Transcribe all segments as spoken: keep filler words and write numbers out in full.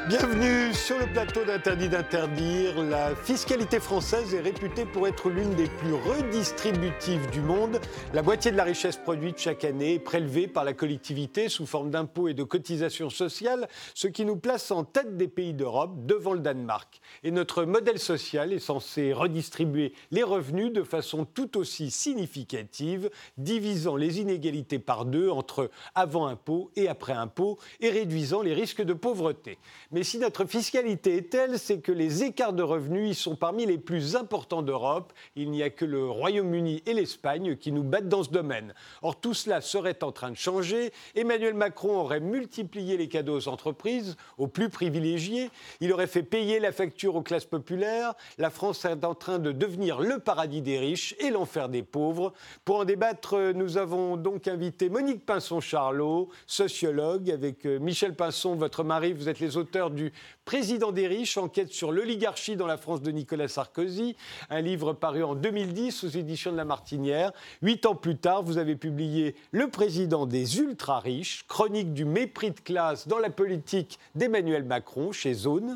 Bienvenue sur le plateau d'Interdit d'interdire. La fiscalité française est réputée pour être l'une des plus redistributives du monde. La moitié de la richesse produite chaque année est prélevée par la collectivité sous forme d'impôts et de cotisations sociales, ce qui nous place en tête des pays d'Europe, devant le Danemark. Et notre modèle social est censé redistribuer les revenus de façon tout aussi significative, divisant les inégalités par deux entre avant impôt et après impôt et réduisant les risques de pauvreté. Mais si notre fiscalité est telle, c'est que les écarts de revenus y sont parmi les plus importants d'Europe. Il n'y a que le Royaume-Uni et l'Espagne qui nous battent dans ce domaine. Or, tout cela serait en train de changer. Emmanuel Macron aurait multiplié les cadeaux aux entreprises, aux plus privilégiés. Il aurait fait payer la facture aux classes populaires. La France est en train de devenir le paradis des riches et l'enfer des pauvres. Pour en débattre, nous avons donc invité Monique Pinson-Charlot, sociologue. Avec Michel Pinson, votre mari, vous êtes les auteurs du Président des riches, enquête sur l'oligarchie dans la France de Nicolas Sarkozy, un livre paru en deux mille dix aux éditions de La Martinière. Huit ans plus tard, vous avez publié Le Président des ultra-riches, chronique du mépris de classe dans la politique d'Emmanuel Macron chez Zone.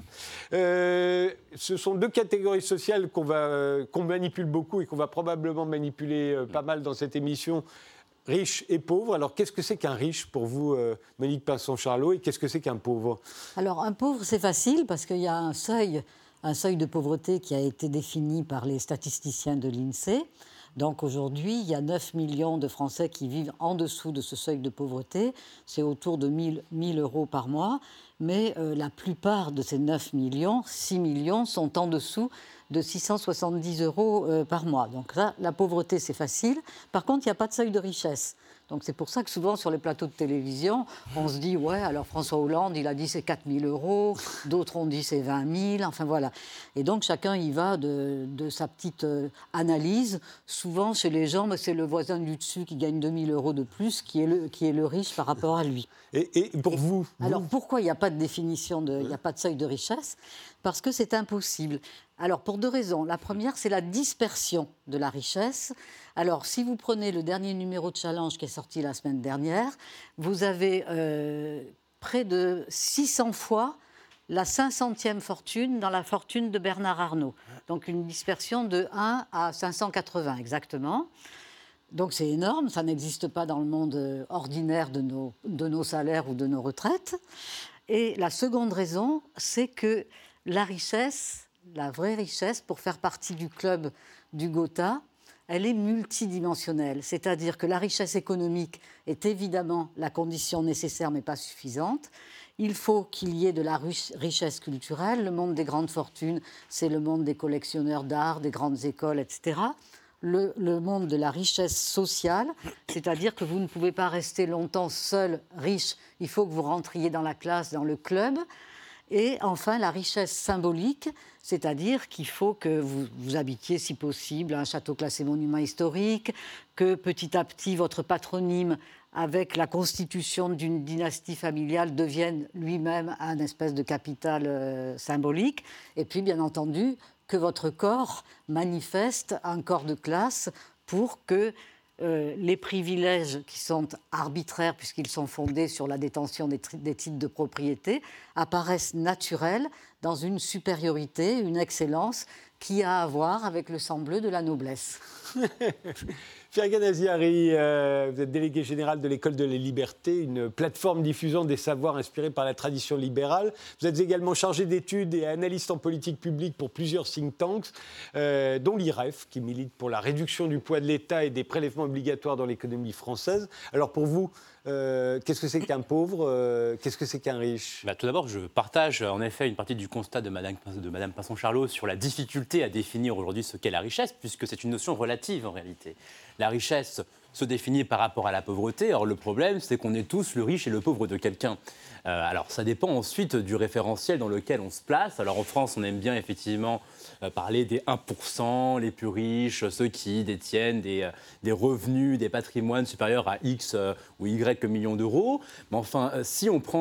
Euh, ce sont deux catégories sociales qu'on va, euh, qu'on manipule beaucoup et qu'on va probablement manipuler euh, pas mal dans cette émission. Riches et pauvres. Alors, qu'est-ce que c'est qu'un riche pour vous, euh, Monique Pinson-Charlot, et qu'est-ce que c'est qu'un pauvre ? Alors, un pauvre, c'est facile parce qu'il y a un seuil, un seuil de pauvreté qui a été défini par les statisticiens de l'INSEE. Donc, aujourd'hui, il y a neuf millions de Français qui vivent en dessous de ce seuil de pauvreté. C'est autour de mille euros par mois. Mais euh, la plupart de ces neuf millions, six millions, sont en dessous de six cent soixante-dix euros euh, par mois. Donc là, la pauvreté, c'est facile. Par contre, il n'y a pas de seuil de richesse. Donc c'est pour ça que souvent, sur les plateaux de télévision, on se dit, ouais, alors François Hollande, il a dit c'est quatre mille euros, d'autres ont dit c'est vingt mille, enfin voilà. Et donc chacun y va de, de sa petite euh, analyse. Souvent, chez les gens, c'est le voisin du dessus qui gagne deux mille euros de plus qui est le, qui est le riche par rapport à lui. Et, et pour vous, vous Alors pourquoi il n'y a pas de définition, de, il n'y a pas de seuil de richesse ? Parce que c'est impossible. Alors, pour deux raisons. La première, c'est la dispersion de la richesse. Alors, si vous prenez le dernier numéro de Challenge qui est sorti la semaine dernière, vous avez euh, près de six cents fois la cinq centième fortune dans la fortune de Bernard Arnault. Donc, une dispersion de un à cinq cent quatre-vingts exactement. Donc, c'est énorme. Ça n'existe pas dans le monde ordinaire de nos, de nos salaires ou de nos retraites. Et la seconde raison, c'est que la richesse... La vraie richesse, pour faire partie du club du Gotha, elle est multidimensionnelle. C'est-à-dire que la richesse économique est évidemment la condition nécessaire, mais pas suffisante. Il faut qu'il y ait de la richesse culturelle. Le monde des grandes fortunes, c'est le monde des collectionneurs d'art, des grandes écoles, et cetera. Le, le monde de la richesse sociale, c'est-à-dire que vous ne pouvez pas rester longtemps seul, riche. Il faut que vous rentriez dans la classe, dans le club. Et enfin, la richesse symbolique, c'est-à-dire qu'il faut que vous, vous habitiez, si possible, un château classé monument historique, que petit à petit, votre patronyme, avec la constitution d'une dynastie familiale, devienne lui-même un espèce de capital euh, symbolique. Et puis, bien entendu, que votre corps manifeste un corps de classe pour que Euh, les privilèges qui sont arbitraires puisqu'ils sont fondés sur la détention des, tri- des titres de propriété apparaissent naturels dans une supériorité, une excellence qui a à voir avec le sang bleu de la noblesse. Fergan Aziari, euh, vous êtes délégué général de l'École de la Liberté, une plateforme diffusant des savoirs inspirés par la tradition libérale. Vous êtes également chargé d'études et analyste en politique publique pour plusieurs think tanks, euh, dont l'I R E F, qui milite pour la réduction du poids de l'État et des prélèvements obligatoires dans l'économie française. Alors pour vous, euh, qu'est-ce que c'est qu'un pauvre euh, Qu'est-ce que c'est qu'un riche ? Bah, tout d'abord, je partage en effet une partie du constat de Madame, de Madame Pinson-Charlot sur la difficulté à définir aujourd'hui ce qu'est la richesse, puisque c'est une notion relative en réalité. La richesse se définit par rapport à la pauvreté. Or, le problème, c'est qu'on est tous le riche et le pauvre de quelqu'un. Euh, alors, ça dépend ensuite du référentiel dans lequel on se place. Alors, en France, on aime bien effectivement euh, parler des un pour cent, les plus riches, ceux qui détiennent des, euh, des revenus, des patrimoines supérieurs à X euh, ou Y millions d'euros. Mais enfin, euh, si on prend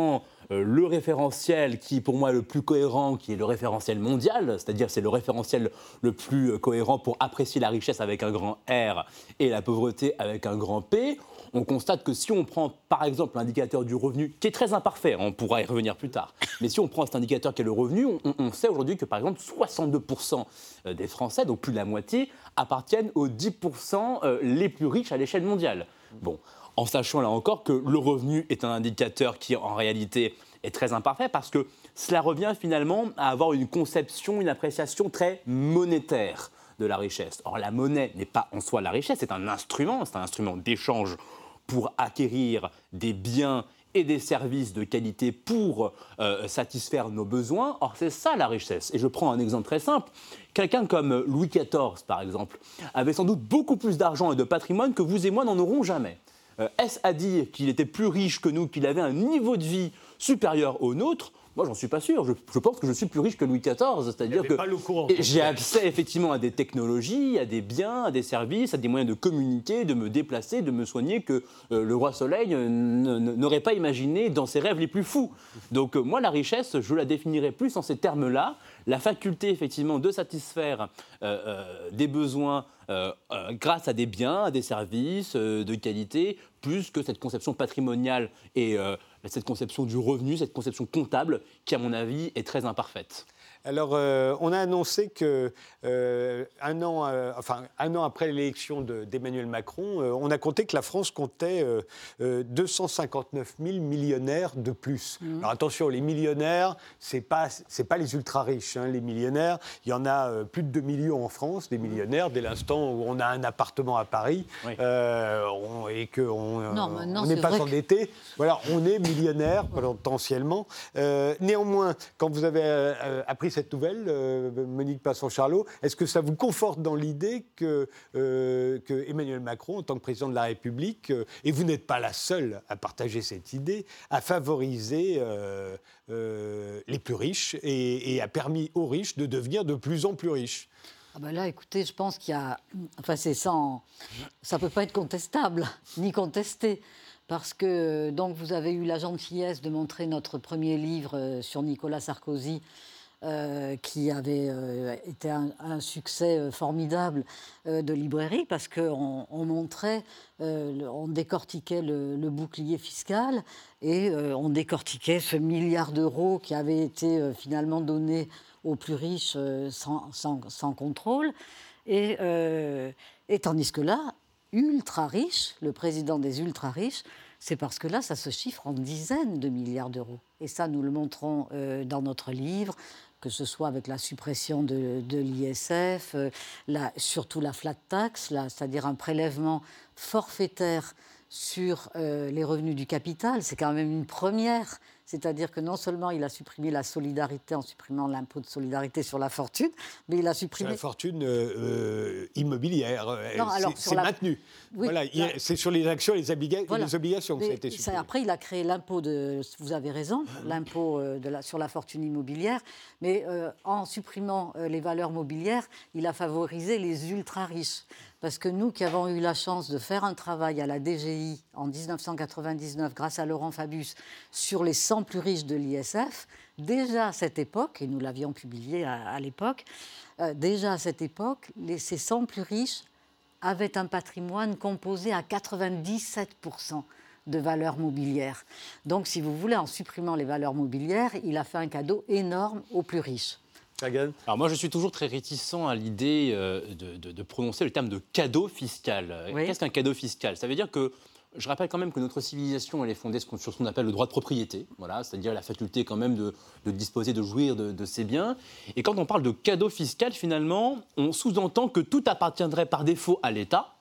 euh, le référentiel qui, pour moi, est le plus cohérent, qui est le référentiel mondial, c'est-à-dire c'est le référentiel le plus cohérent pour apprécier la richesse avec un grand R et la pauvreté avec un grand P, on constate que si on prend, par exemple, l'indicateur du revenu, qui est très imparfait, on pourra y revenir plus tard, mais si on prend cet indicateur qui est le revenu, on, on sait aujourd'hui que, par exemple, soixante-deux pour cent des Français, donc plus de la moitié, appartiennent aux dix pour cent les plus riches à l'échelle mondiale. Bon, en sachant là encore que le revenu est un indicateur qui, en réalité, est très imparfait parce que cela revient finalement à avoir une conception, une appréciation très monétaire de la richesse. Or, la monnaie n'est pas en soi la richesse, c'est un instrument, c'est un instrument d'échange pour acquérir des biens et des services de qualité pour euh, satisfaire nos besoins. Or, c'est ça la richesse. Et je prends un exemple très simple. Quelqu'un comme Louis quatorze, par exemple, avait sans doute beaucoup plus d'argent et de patrimoine que vous et moi n'en aurons jamais. Euh, est-ce à dire qu'il était plus riche que nous, qu'il avait un niveau de vie supérieur au nôtre ? Moi, j'en suis pas sûr. Je, je pense que je suis plus riche que Louis quatorze. C'est-à-dire que pas le courant, j'ai accès effectivement à des technologies, à des biens, à des services, à des moyens de communiquer, de me déplacer, de me soigner que euh, le roi Soleil euh, n'aurait pas imaginé dans ses rêves les plus fous. Donc euh, moi, la richesse, je la définirais plus en ces termes-là. La faculté effectivement de satisfaire euh, euh, des besoins euh, euh, grâce à des biens, à des services euh, de qualité, plus que cette conception patrimoniale et euh, cette conception du revenu, cette conception comptable qui, à mon avis, est très imparfaite. Alors, euh, on a annoncé que euh, un an, euh, enfin un an après l'élection de, d'Emmanuel Macron, euh, on a compté que la France comptait euh, euh, deux cent cinquante-neuf mille millionnaires de plus. Mmh. Alors attention, les millionnaires, c'est pas c'est pas les ultra riches. Hein, les millionnaires, il y en a euh, plus de deux millions en France, des millionnaires. Dès l'instant où on a un appartement à Paris oui. euh, on, et que on n'est pas endetté, que... voilà, on est millionnaire potentiellement. Euh, néanmoins, quand vous avez euh, appris cette nouvelle, euh, Monique Passon-Charlot, est-ce que ça vous conforte dans l'idée que, euh, que Emmanuel Macron, en tant que président de la République, euh, et vous n'êtes pas la seule à partager cette idée, a favorisé euh, euh, les plus riches et, et a permis aux riches de devenir de plus en plus riches? Ah ben là, écoutez, je pense qu'il y a... Enfin, c'est sans... Ça ne peut pas être contestable, ni contesté. Parce que, donc, vous avez eu la gentillesse de montrer notre premier livre sur Nicolas Sarkozy, Euh, qui avait euh, été un, un succès euh, formidable euh, de librairie, parce qu'on on montrait, euh, le, on décortiquait le, le bouclier fiscal et euh, on décortiquait ce milliard d'euros qui avait été euh, finalement donné aux plus riches euh, sans, sans, sans contrôle. Et, euh, et tandis que là, ultra riche, le président des ultra riches, c'est parce que là, ça se chiffre en dizaines de milliards d'euros. Et ça, nous le montrons euh, dans notre livre, que ce soit avec la suppression de, de l'I S F, euh, la, surtout la flat tax, là, c'est-à-dire un prélèvement forfaitaire sur euh, les revenus du capital. C'est quand même une première. C'est-à-dire que non seulement il a supprimé la solidarité en supprimant l'impôt de solidarité sur la fortune, mais il a supprimé... Sur la fortune euh, euh, immobilière. Non, alors, c'est c'est la... maintenu. Oui, voilà, la... C'est sur les actions et les, obliga... voilà. les obligations que mais ça a été supprimé. Ça, après, il a créé l'impôt de... Vous avez raison, l'impôt euh, de la... sur la fortune immobilière. Mais euh, en supprimant euh, les valeurs mobilières, il a favorisé les ultra-riches. Parce que nous qui avons eu la chance de faire un travail à la D G I en dix-neuf cent quatre-vingt-dix-neuf, grâce à Laurent Fabius, sur les cent plus riches de l'I S F, déjà à cette époque, et nous l'avions publié à, à l'époque, euh, déjà à cette époque, les, ces cent plus riches avaient un patrimoine composé à quatre-vingt-dix-sept pour cent de valeurs mobilières. Donc, si vous voulez, en supprimant les valeurs mobilières, il a fait un cadeau énorme aux plus riches. Alors moi, je suis toujours très réticent à l'idée euh, de, de, de prononcer le terme de cadeau fiscal. Oui. Qu'est-ce qu'un cadeau fiscal ? Ça veut dire que, je rappelle quand même que notre civilisation, elle est fondée sur ce qu'on appelle le droit de propriété, voilà, c'est-à-dire la faculté quand même de, de disposer, de jouir de, de ses biens. Et quand on parle de cadeau fiscal, finalement, on sous-entend que tout appartiendrait par défaut à l'État.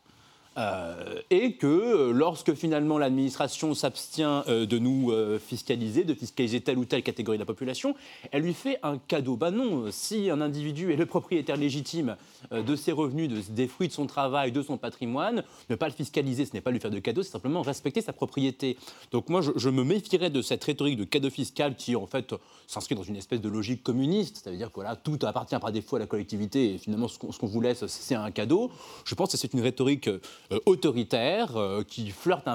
Euh, et que lorsque finalement l'administration s'abstient euh, de nous euh, fiscaliser, de fiscaliser telle ou telle catégorie de la population, elle lui fait un cadeau. Ben non, si un individu est le propriétaire légitime euh, de ses revenus, de, des fruits de son travail, de son patrimoine, ne pas le fiscaliser, ce n'est pas lui faire de cadeau, c'est simplement respecter sa propriété. Donc moi, je, je me méfierais de cette rhétorique de cadeau fiscal qui, en fait, s'inscrit dans une espèce de logique communiste, c'est-à-dire que voilà, tout appartient par défaut à la collectivité et finalement, ce qu'on, ce qu'on vous laisse, c'est un cadeau. Je pense que c'est une rhétorique Euh, autoritaire, euh, qui flirte un,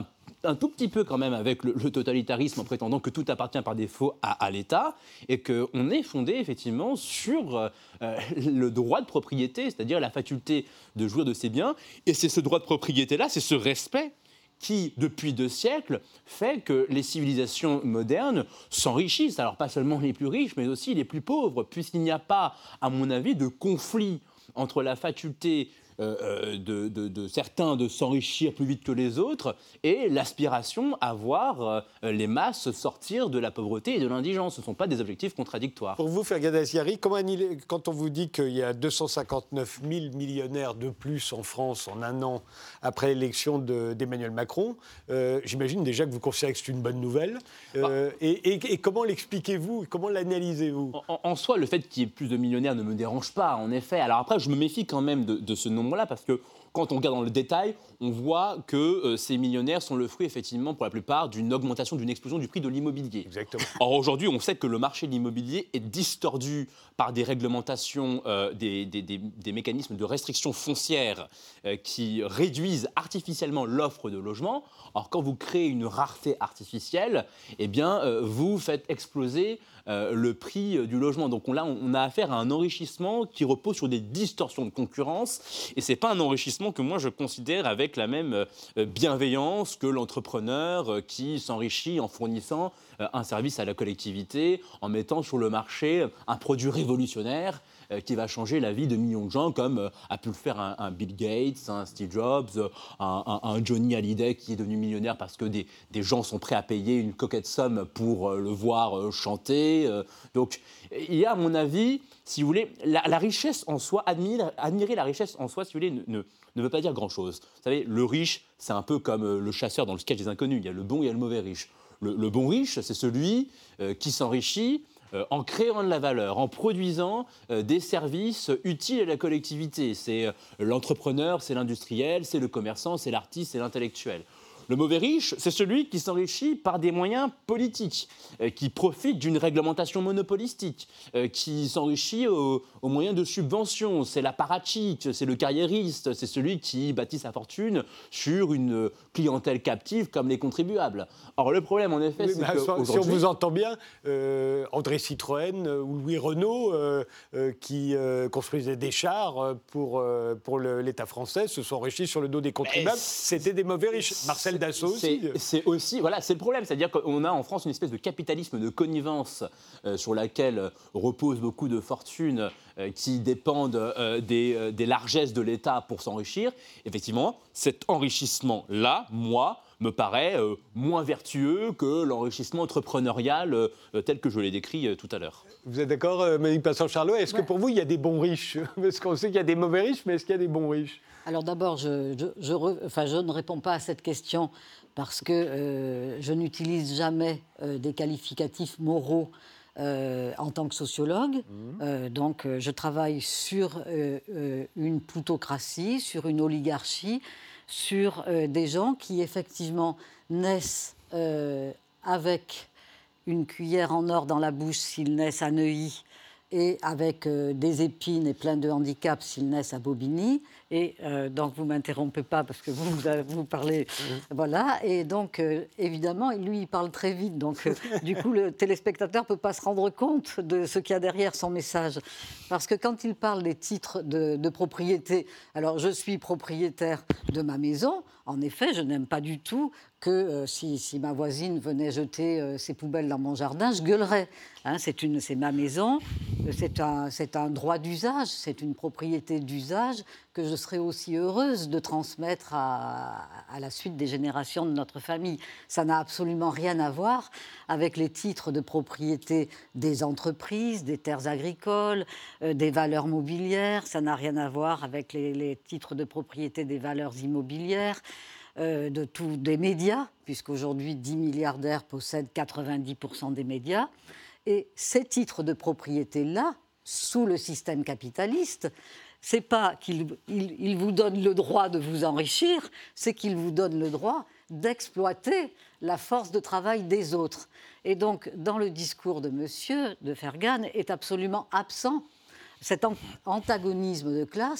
un tout petit peu quand même avec le, le totalitarisme en prétendant que tout appartient par défaut à, à l'État et qu'on est fondé effectivement sur euh, le droit de propriété, c'est-à-dire la faculté de jouir de ses biens. Et c'est ce droit de propriété-là, c'est ce respect qui, depuis deux siècles, fait que les civilisations modernes s'enrichissent. Alors pas seulement les plus riches, mais aussi les plus pauvres, puisqu'il n'y a pas, à mon avis, de conflit entre la faculté Euh, de, de, de certains de s'enrichir plus vite que les autres et l'aspiration à voir euh, les masses sortir de la pauvreté et de l'indigence. Ce ne sont pas des objectifs contradictoires. Pour vous, Fergan Asghari, comment annihiler, quand on vous dit qu'il y a deux cent cinquante-neuf mille millionnaires de plus en France en un an après l'élection de, d'Emmanuel Macron, euh, j'imagine déjà que vous considérez que c'est une bonne nouvelle. Euh, bah, et, et, et comment l'expliquez-vous? Comment l'analysez-vous? en, en soi, le fait qu'il y ait plus de millionnaires ne me dérange pas, en effet. Alors après, je me méfie quand même de, de ce nombre là parce que quand on regarde dans le détail, on voit que euh, ces millionnaires sont le fruit, effectivement, pour la plupart, d'une augmentation, d'une explosion du prix de l'immobilier. Exactement. Or, aujourd'hui, on sait que le marché de l'immobilier est distordu par des réglementations, euh, des, des, des, des mécanismes de restriction foncière euh, qui réduisent artificiellement l'offre de logement. Or, quand vous créez une rareté artificielle, eh bien, euh, vous faites exploser euh, le prix euh, du logement. Donc on, là, on a affaire à un enrichissement qui repose sur des distorsions de concurrence. Et ce n'est pas un enrichissement que moi je considère avec la même euh, bienveillance que l'entrepreneur euh, qui s'enrichit en fournissant euh, un service à la collectivité, en mettant sur le marché un produit révolutionnaire euh, qui va changer la vie de millions de gens, comme euh, a pu le faire un, un Bill Gates, un Steve Jobs, un, un, un Johnny Hallyday qui est devenu millionnaire parce que des, des gens sont prêts à payer une coquette somme pour euh, le voir euh, chanter. Euh, donc il y a, à mon avis, si vous voulez, la, la richesse en soi, admirer, admirer la richesse en soi, si vous voulez, ne, ne, ne veut pas dire grand-chose. Vous savez, le riche, c'est un peu comme euh, le chasseur dans le sketch des Inconnus. Il y a le bon et il y a le mauvais riche. Le, le bon riche, c'est celui euh, qui s'enrichit euh, en créant de la valeur, en produisant euh, des services utiles à la collectivité. C'est euh, l'entrepreneur, c'est l'industriel, c'est le commerçant, c'est l'artiste, c'est l'intellectuel. Le mauvais riche, c'est celui qui s'enrichit par des moyens politiques, euh, qui profite d'une réglementation monopolistique, euh, qui s'enrichit au, au moyen de subventions. C'est l'apparatchik, c'est le carriériste, c'est celui qui bâtit sa fortune sur une clientèle captive comme les contribuables. Or, le problème, en effet, oui, c'est bah, que si on vous entend bien, euh, André Citroën euh, ou Louis Renault, euh, euh, qui euh, construisaient des chars pour, euh, pour le, l'État français, se sont enrichis sur le dos des contribuables. C'était des mauvais riches. Marcel Dassault aussi. C'est, c'est aussi, voilà, c'est le problème. C'est-à-dire qu'on a en France une espèce de capitalisme de connivence euh, sur laquelle reposent beaucoup de fortunes euh, qui dépendent euh, des, euh, des largesses de l'État pour s'enrichir. Effectivement, cet enrichissement-là, moi, me paraît euh, moins vertueux que l'enrichissement entrepreneurial euh, tel que je l'ai décrit euh, tout à l'heure. Vous êtes d'accord, euh, Monique Passon-Charlot? Est-ce ouais. que pour vous, il y a des bons riches? Parce qu'on sait qu'il y a des mauvais riches, mais est-ce qu'il y a des bons riches? Alors d'abord, je, je, je, re, enfin, je ne réponds pas à cette question parce que euh, je n'utilise jamais euh, des qualificatifs moraux euh, en tant que sociologue. Mmh. Euh, donc euh, je travaille sur euh, euh, une plutocratie, sur une oligarchie, sur euh, des gens qui effectivement naissent euh, avec une cuillère en or dans la bouche s'ils naissent à Neuilly et avec euh, des épines et plein de handicaps s'ils naissent à Bobigny. Et euh, donc, vous ne m'interrompez pas parce que vous, vous, vous parlez... Mmh. Voilà. Et donc, euh, évidemment, lui, il parle très vite. Donc, euh, du coup, le téléspectateur ne peut pas se rendre compte de ce qu'il y a derrière son message. Parce que quand il parle des titres de, de propriété, alors, je suis propriétaire de ma maison. En effet, je n'aime pas du tout que euh, si, si ma voisine venait jeter euh, ses poubelles dans mon jardin, je gueulerais. Hein, c'est, une, c'est ma maison, c'est un, c'est un droit d'usage, c'est une propriété d'usage que je serais aussi heureuse de transmettre à, à la suite des générations de notre famille. Ça n'a absolument rien à voir avec les titres de propriété des entreprises, des terres agricoles, euh, des valeurs mobilières. Ça n'a rien à voir avec les, les titres de propriété des valeurs immobilières. Euh, de tous des médias, puisqu'aujourd'hui dix milliardaires possèdent quatre-vingt-dix pour cent des médias. Et ces titres de propriété-là, sous le système capitaliste, c'est pas qu'ils il, il vous donnent le droit de vous enrichir, c'est qu'ils vous donnent le droit d'exploiter la force de travail des autres. Et donc, dans le discours de monsieur, de Fergan, est absolument absent cet antagonisme de classe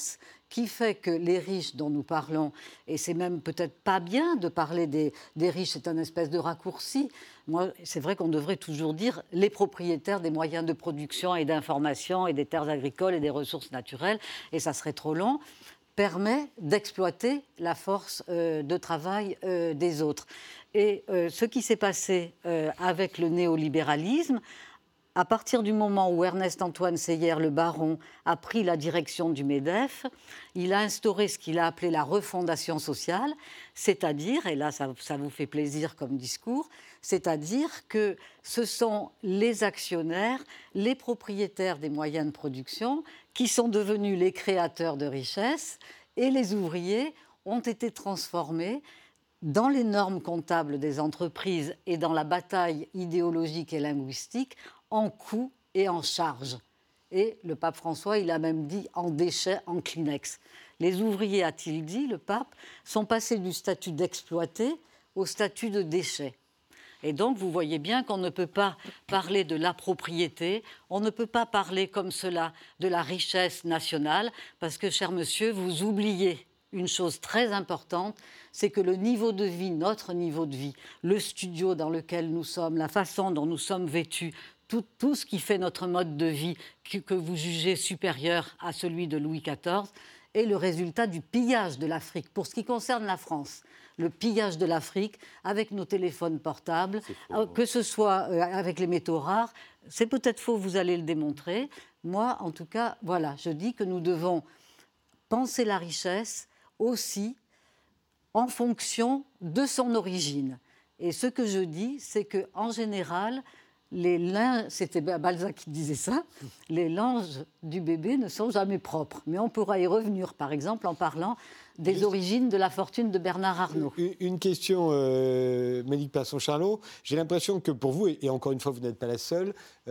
qui fait que les riches dont nous parlons, et c'est même peut-être pas bien de parler des, des riches, c'est un espèce de raccourci. Moi, c'est vrai qu'on devrait toujours dire les propriétaires des moyens de production et d'information et des terres agricoles et des ressources naturelles, et ça serait trop long, permet d'exploiter la force euh, de travail euh, des autres. Et euh, ce qui s'est passé euh, avec le néolibéralisme, à partir du moment où Ernest-Antoine Seyer, le baron, a pris la direction du MEDEF, il a instauré ce qu'il a appelé la refondation sociale, c'est-à-dire, et là ça, ça vous fait plaisir comme discours, c'est-à-dire que ce sont les actionnaires, les propriétaires des moyens de production qui sont devenus les créateurs de richesses et les ouvriers ont été transformés dans les normes comptables des entreprises et dans la bataille idéologique et linguistique en coûts et en charges. Et le pape François, il a même dit en déchets, en Kleenex. Les ouvriers, a-t-il dit, le pape, sont passés du statut d'exploités au statut de déchets. Et donc, vous voyez bien qu'on ne peut pas parler de la propriété, on ne peut pas parler comme cela de la richesse nationale, parce que, cher monsieur, vous oubliez une chose très importante, c'est que le niveau de vie, notre niveau de vie, le studio dans lequel nous sommes, la façon dont nous sommes vêtus, tout, tout ce qui fait notre mode de vie, que, que vous jugez supérieur à celui de Louis quatorze, est le résultat du pillage de l'Afrique. Pour ce qui concerne la France, le pillage de l'Afrique avec nos téléphones portables, faux, que ce soit euh, avec les métaux rares, c'est peut-être faux, vous allez le démontrer. Moi, en tout cas, voilà, je dis que nous devons penser la richesse aussi en fonction de son origine. Et ce que je dis, c'est qu'en général, les linges, c'était Balzac qui disait ça, les linges du bébé ne sont jamais propres. Mais on pourra y revenir, par exemple, en parlant des Juste origines de la fortune de Bernard Arnault. Une question, euh, Monique Passon-Charlot. J'ai l'impression que pour vous, et encore une fois, vous n'êtes pas la seule,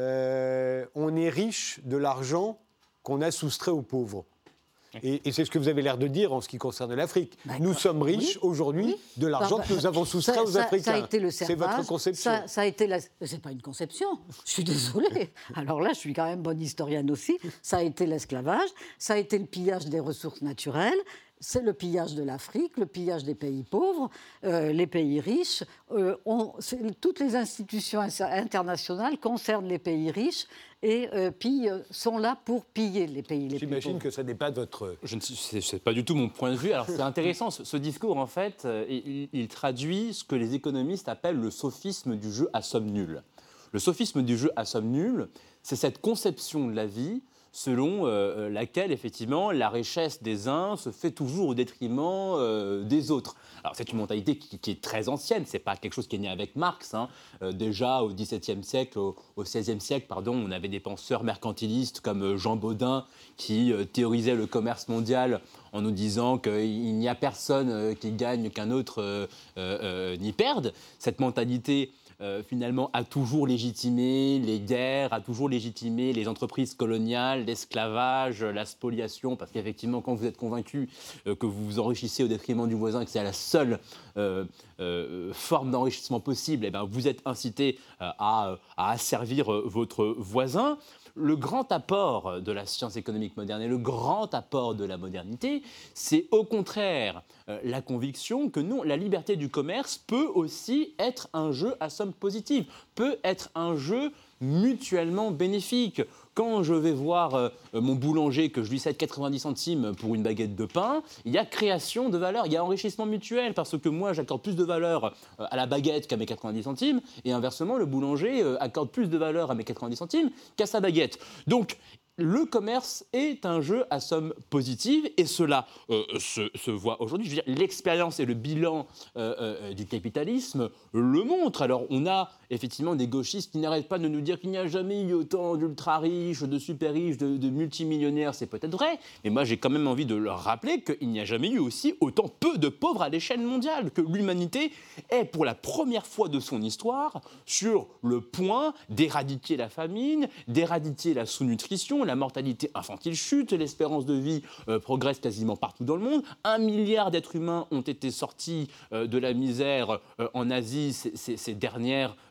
euh, on est riche de l'argent qu'on a soustrait aux pauvres. Et, et c'est ce que vous avez l'air de dire en ce qui concerne l'Afrique. D'accord. Nous sommes riches oui. aujourd'hui oui. de l'argent Pardon. que nous avons soustrait ça, aux Africains. Ça, ça a été le servage. C'est votre conception. Ça, ça a été la... C'est pas une conception. Je suis désolée. Alors là, je suis quand même bonne historienne aussi. Ça a été l'esclavage. Ça a été le pillage des ressources naturelles. C'est le pillage de l'Afrique, le pillage des pays pauvres, euh, les pays riches. Euh, on, toutes les institutions internationales concernent les pays riches et euh, pillent, sont là pour piller les pays les plus pauvres. J'imagine que ça n'est pas votre... Je ne c'est, c'est pas du tout mon point de vue. Alors c'est intéressant, ce, ce discours, en fait, euh, il, il traduit ce que les économistes appellent le sophisme du jeu à somme nulle. Le sophisme du jeu à somme nulle, c'est cette conception de la vie selon euh, laquelle, effectivement, la richesse des uns se fait toujours au détriment euh, des autres. Alors, c'est une mentalité qui, qui est très ancienne, c'est pas quelque chose qui est né avec Marx. Hein. Euh, déjà, au dix-septième siècle, au, au seizième siècle, pardon, on avait des penseurs mercantilistes comme Jean Bodin qui euh, théorisait le commerce mondial en nous disant qu'il n'y a personne euh, qui gagne qu'un autre euh, euh, n'y perde. Cette mentalité... Euh, finalement, a toujours légitimé les guerres, a toujours légitimé les entreprises coloniales, l'esclavage, la spoliation, parce qu'effectivement, quand vous êtes convaincu euh, que vous vous enrichissez au détriment du voisin et que c'est la seule euh, euh, forme d'enrichissement possible, eh ben, vous êtes incité euh, à, à asservir euh, votre voisin. Le grand apport de la science économique moderne et le grand apport de la modernité, c'est au contraire euh, la conviction que non, la liberté du commerce peut aussi être un jeu à somme positive, peut être un jeu mutuellement bénéfique. Quand je vais voir euh, mon boulanger que je lui cède quatre-vingt-dix centimes pour une baguette de pain, il y a création de valeur, il y a enrichissement mutuel parce que moi j'accorde plus de valeur euh, à la baguette qu'à mes quatre-vingt-dix centimes et inversement le boulanger euh, accorde plus de valeur à mes quatre-vingt-dix centimes qu'à sa baguette. Donc le commerce est un jeu à somme positive et cela euh, se, se voit aujourd'hui. Je veux dire, l'expérience et le bilan euh, euh, du capitalisme le montrent. Alors, on a effectivement des gauchistes qui n'arrêtent pas de nous dire qu'il n'y a jamais eu autant d'ultra-riches, de super-riches, de, de multimillionnaires. C'est peut-être vrai, mais moi, j'ai quand même envie de leur rappeler qu'il n'y a jamais eu aussi autant peu de pauvres à l'échelle mondiale, que l'humanité est, pour la première fois de son histoire, sur le point d'éradiquer la famine, d'éradiquer la sous-nutrition. La mortalité infantile chute, l'espérance de vie euh, progresse quasiment partout dans le monde. Un milliard d'êtres humains ont été sortis euh, de la misère euh, en Asie ces, ces, ces dernières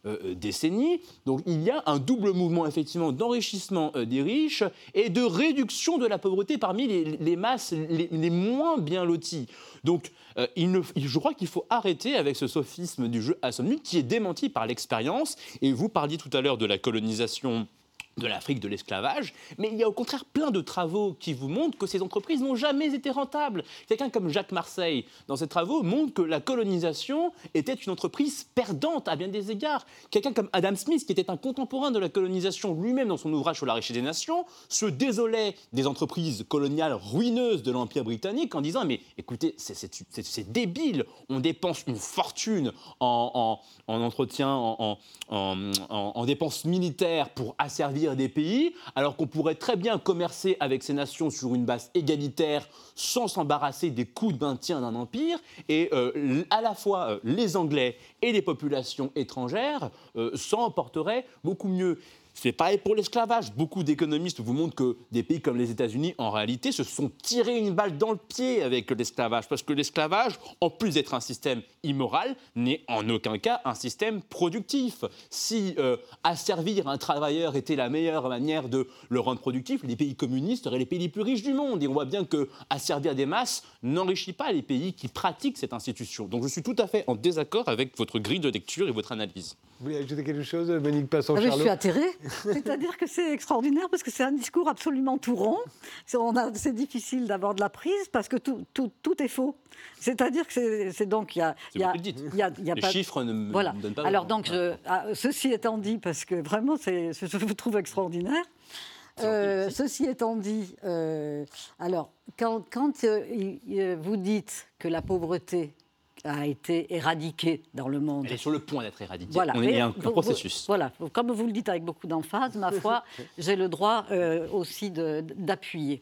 euh, décennies. Donc il y a un double mouvement effectivement d'enrichissement euh, des riches et de réduction de la pauvreté parmi les, les masses les, les moins bien loties. Donc euh, il ne, je crois qu'il faut arrêter avec ce sophisme du jeu à somme nulle qui est démenti par l'expérience. Et vous parliez tout à l'heure de la colonisation de l'Afrique, de l'esclavage, mais il y a au contraire plein de travaux qui vous montrent que ces entreprises n'ont jamais été rentables. Quelqu'un comme Jacques Marseille, dans ses travaux, montre que la colonisation était une entreprise perdante à bien des égards. Quelqu'un comme Adam Smith, qui était un contemporain de la colonisation, lui-même dans son ouvrage sur la richesse des nations, se désolait des entreprises coloniales ruineuses de l'Empire britannique en disant « mais écoutez, c'est, c'est, c'est, c'est débile, on dépense une fortune en, en, en entretien, en, en, en, en dépenses militaires pour asservir des pays, alors qu'on pourrait très bien commercer avec ces nations sur une base égalitaire sans s'embarrasser des coûts de maintien d'un empire. Et euh, à la fois euh, les Anglais et les populations étrangères euh, s'en porteraient beaucoup mieux. C'est pareil pour l'esclavage. Beaucoup d'économistes vous montrent que des pays comme les États-Unis, en réalité, se sont tirés une balle dans le pied avec l'esclavage. Parce que l'esclavage, en plus d'être un système immoral, n'est en aucun cas un système productif. Si euh, asservir un travailleur était la meilleure manière de le rendre productif, les pays communistes seraient les pays les plus riches du monde. Et on voit bien que asservir des masses n'enrichit pas les pays qui pratiquent cette institution. Donc je suis tout à fait en désaccord avec votre grille de lecture et votre analyse. Vous voulez ajouter quelque chose, Monique Passon-Charlot ? Je suis atterrée. C'est-à-dire que c'est extraordinaire parce que c'est un discours absolument tout rond. C'est, on a, c'est difficile d'avoir de la prise parce que tout, tout, tout est faux. C'est-à-dire que c'est, c'est donc il y a, c'est y a, vous qui le dites. Y a, y a les pas, chiffres ne me voilà. donnent pas. Alors donc, je, ah, ceci étant dit, parce que vraiment, c'est, je vous trouve extraordinaire. Euh, ceci étant dit, euh, alors quand, quand euh, y, vous dites que la pauvreté a été éradiquée dans le monde. Elle est sur le point d'être éradiquée. Voilà. On est un, un processus. Vous, voilà. Comme vous le dites avec beaucoup d'emphase, ma foi, j'ai le droit euh, aussi de, d'appuyer.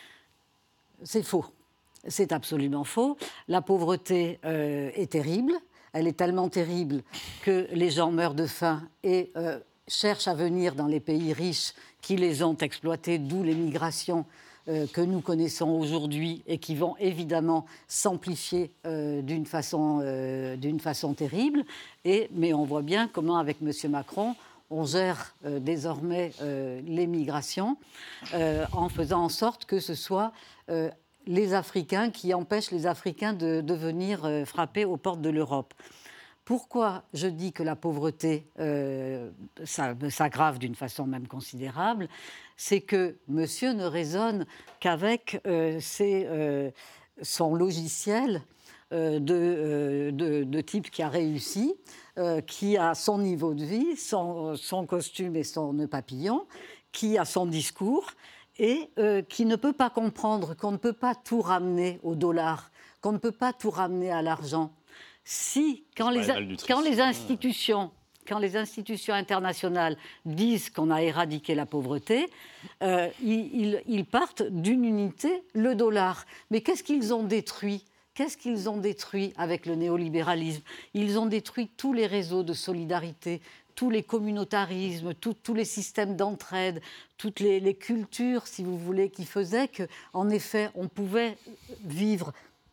C'est faux. C'est absolument faux. La pauvreté euh, est terrible. Elle est tellement terrible que les gens meurent de faim et euh, cherchent à venir dans les pays riches qui les ont exploités, d'où les migrations Euh, que nous connaissons aujourd'hui et qui vont évidemment s'amplifier euh, d'une façon, euh, d'une façon terrible. Et, mais on voit bien comment, avec M. Macron, on gère euh, désormais euh, les migrations euh, en faisant en sorte que ce soit euh, les Africains qui empêchent les Africains de, de venir euh, frapper aux portes de l'Europe. Pourquoi je dis que la pauvreté euh, ça, s'aggrave d'une façon même considérable ? C'est que monsieur ne raisonne qu'avec euh, ses, euh, son logiciel euh, de, euh, de, de type qui a réussi, euh, qui a son niveau de vie, son, son costume et son nœud papillon, qui a son discours et euh, qui ne peut pas comprendre qu'on ne peut pas tout ramener au dollar, qu'on ne peut pas tout ramener à l'argent. Si, quand les, quand les institutions... Quand les institutions internationales disent qu'on a éradiqué la pauvreté, euh, ils, ils, ils partent d'une unité, le dollar. Mais qu'est-ce qu'ils ont détruit ? Qu'est-ce qu'ils ont détruit avec le néolibéralisme ? Ils ont détruit tous les réseaux de solidarité, tous les communautarismes, tout, tous les systèmes d'entraide, toutes les, les cultures, si vous voulez, qui faisaient qu'en effet, on pouvait vivre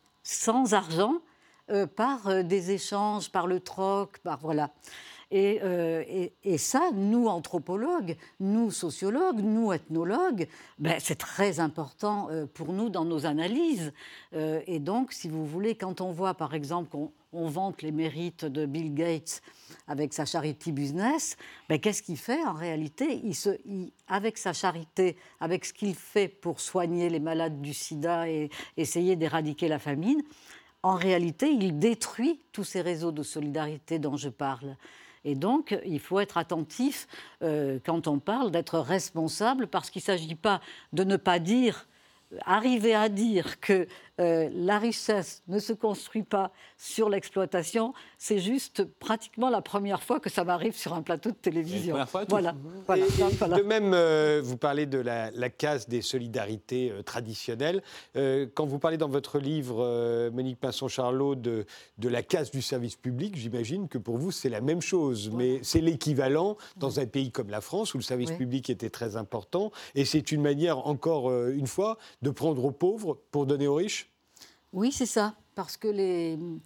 sans argent euh, par euh, des échanges, par le troc, par voilà. Et, euh, et, et ça, nous, anthropologues, nous, sociologues, nous, ethnologues, ben, c'est très important euh, pour nous dans nos analyses. Euh, et donc, si vous voulez, quand on voit, par exemple, qu'on on vante les mérites de Bill Gates avec sa charity business, ben, qu'est-ce qu'il fait en réalité ? il se, il, Avec sa charité, avec ce qu'il fait pour soigner les malades du sida et essayer d'éradiquer la famine, en réalité, il détruit tous ces réseaux de solidarité dont je parle. Et donc, il faut être attentif, euh, quand on parle, d'être responsable, parce qu'il ne s'agit pas de ne pas dire, arriver à dire que euh, la richesse ne se construit pas sur l'exploitation, c'est juste pratiquement la première fois que ça m'arrive sur un plateau de télévision. La première fois, voilà. voilà. Et, et voilà. De même, euh, vous parlez de la, la case des solidarités euh, traditionnelles. Euh, quand vous parlez dans votre livre, euh, Monique Passon-Charlot, de, de la case du service public, j'imagine que pour vous, c'est la même chose. Ouais. Mais c'est l'équivalent dans un pays comme la France, où le service oui. public était très important. Et c'est une manière, encore euh, une fois, de prendre aux pauvres pour donner aux riches ? Oui, c'est ça. Parce que les...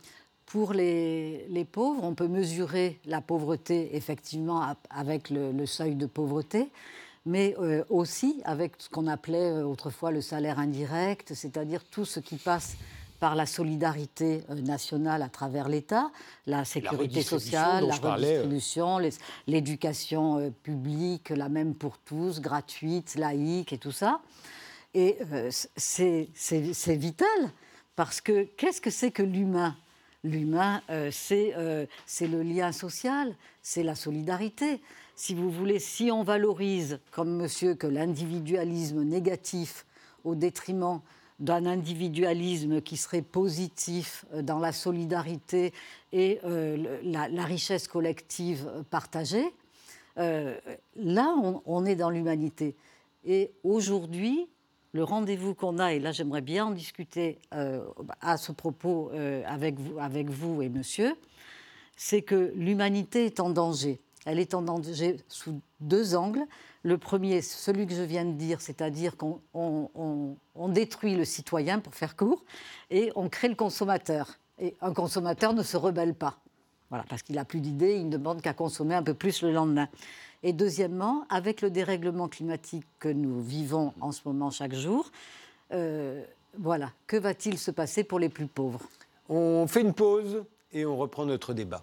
Pour les, les pauvres, on peut mesurer la pauvreté effectivement avec le, le seuil de pauvreté, mais euh, aussi avec ce qu'on appelait euh, autrefois le salaire indirect, c'est-à-dire tout ce qui passe par la solidarité euh, nationale à travers l'État, la sécurité la sociale, la parlais, redistribution, les, l'éducation euh, publique, la même pour tous, gratuite, laïque et tout ça. Et euh, c'est, c'est, c'est vital, parce que qu'est-ce que c'est que l'humain ? L'humain, euh, c'est, euh, c'est le lien social, c'est la solidarité. Si vous voulez, si on valorise, comme monsieur, que l'individualisme négatif au détriment d'un individualisme qui serait positif dans la solidarité et euh, la, la richesse collective partagée, euh, là, on, on est dans l'humanité. Et aujourd'hui, le rendez-vous qu'on a, et là j'aimerais bien en discuter euh, à ce propos euh, avec, vous, avec vous et monsieur, c'est que l'humanité est en danger. Elle est en danger sous deux angles. Le premier, celui que je viens de dire, c'est-à-dire qu'on on, on, on détruit le citoyen, pour faire court, et on crée le consommateur. Et un consommateur ne se rebelle pas. Voilà, parce qu'il n'a plus d'idées, il ne demande qu'à consommer un peu plus le lendemain. Et deuxièmement, avec le dérèglement climatique que nous vivons en ce moment chaque jour, euh, voilà, que va-t-il se passer pour les plus pauvres ? On fait une pause et on reprend notre débat.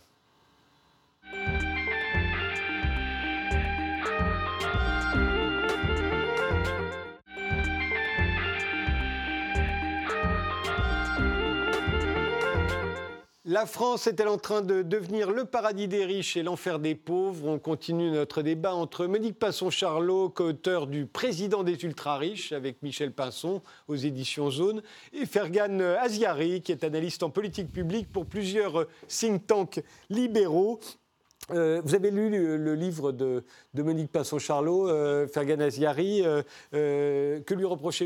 La France est-elle en train de devenir le paradis des riches et l'enfer des pauvres ? On continue notre débat entre Monique Pinson-Charlot, co-auteur du Président des ultra-riches, avec Michel Pinson aux éditions Zone, et Ferghane Azziari, qui est analyste en politique publique pour plusieurs think tanks libéraux. Euh, vous avez lu le, le livre de, de Monique Pinson-Charlot, euh, Ferghane Azziari. Euh, euh, que lui reprochez-vous ?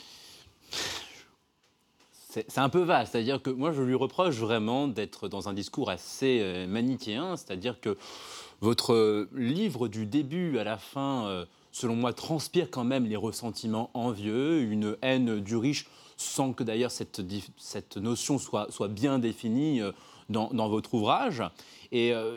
C'est, c'est un peu vaste, c'est-à-dire que moi je lui reproche vraiment d'être dans un discours assez euh, manichéen, c'est-à-dire que votre euh, livre du début à la fin, euh, selon moi, transpire quand même les ressentiments envieux, une haine du riche, sans que d'ailleurs cette, cette notion soit, soit bien définie euh, dans, dans votre ouvrage. Et euh,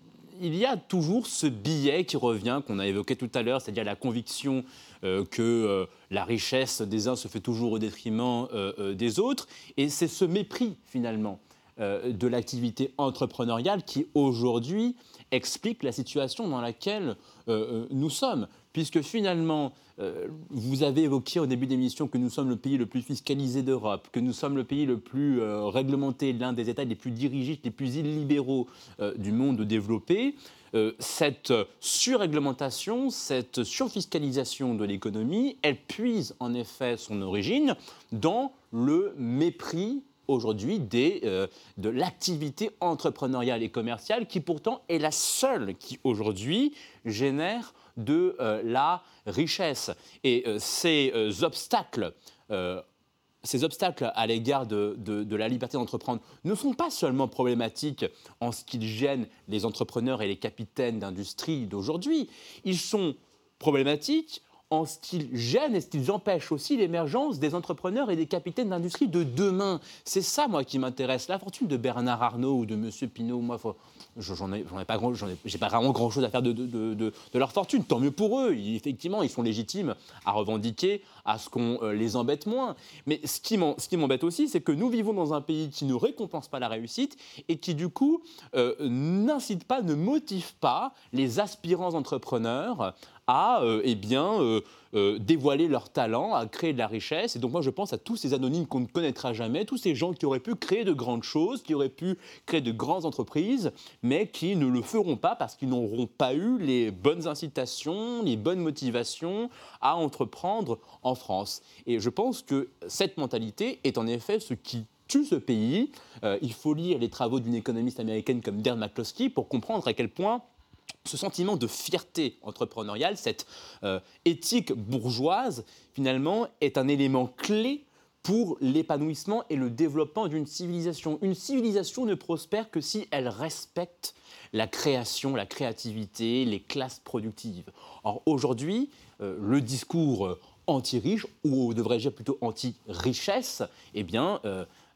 il y a toujours ce biais qui revient, qu'on a évoqué tout à l'heure, c'est-à-dire la conviction euh, que euh, la richesse des uns se fait toujours au détriment euh, euh, des autres. Et c'est ce mépris, finalement, euh, de l'activité entrepreneuriale qui, aujourd'hui, explique la situation dans laquelle euh, nous sommes. Puisque, finalement, euh, vous avez évoqué au début d'émission que nous sommes le pays le plus fiscalisé d'Europe, que nous sommes le pays le plus euh, réglementé, l'un des États les plus dirigistes, les plus illibéraux euh, du monde développé. Euh, cette surréglementation, cette surfiscalisation de l'économie, elle puise en effet son origine dans le mépris aujourd'hui des, euh, de l'activité entrepreneuriale et commerciale qui pourtant est la seule qui aujourd'hui génère de euh, la richesse. Et euh, ces euh, obstacles euh, Ces obstacles à l'égard de, de, de la liberté d'entreprendre ne sont pas seulement problématiques en ce qu'ils gênent les entrepreneurs et les capitaines d'industrie d'aujourd'hui. Ils sont problématiques en ce qu'ils gênent et ce qu'ils empêchent aussi l'émergence des entrepreneurs et des capitaines d'industrie de demain. C'est ça, moi, qui m'intéresse. La fortune de Bernard Arnault ou de M. Pinault, moi, faut, j'en ai, j'en ai pas grand, j'en ai, j'ai pas vraiment grand-chose à faire de, de, de, de, de leur fortune. Tant mieux pour eux. Ils, effectivement, ils sont légitimes à revendiquer, à ce qu'on euh, les embête moins. Mais ce qui, ce qui m'embête aussi, c'est que nous vivons dans un pays qui ne récompense pas la réussite et qui, du coup, euh, n'incite pas, ne motive pas les aspirants entrepreneurs à euh, eh bien, euh, euh, dévoiler leur talent, à créer de la richesse. Et donc moi, je pense à tous ces anonymes qu'on ne connaîtra jamais, tous ces gens qui auraient pu créer de grandes choses, qui auraient pu créer de grandes entreprises, mais qui ne le feront pas parce qu'ils n'auront pas eu les bonnes incitations, les bonnes motivations à entreprendre en France. Et je pense que cette mentalité est en effet ce qui tue ce pays. Euh, il faut lire les travaux d'une économiste américaine comme Dern McCloskey pour comprendre à quel point ce sentiment de fierté entrepreneuriale, cette euh, éthique bourgeoise, finalement, est un élément clé pour l'épanouissement et le développement d'une civilisation. Une civilisation ne prospère que si elle respecte la création, la créativité, les classes productives. Or, aujourd'hui, euh, le discours anti-riche, ou devrais-je dire plutôt anti-richesse, eh bien, euh,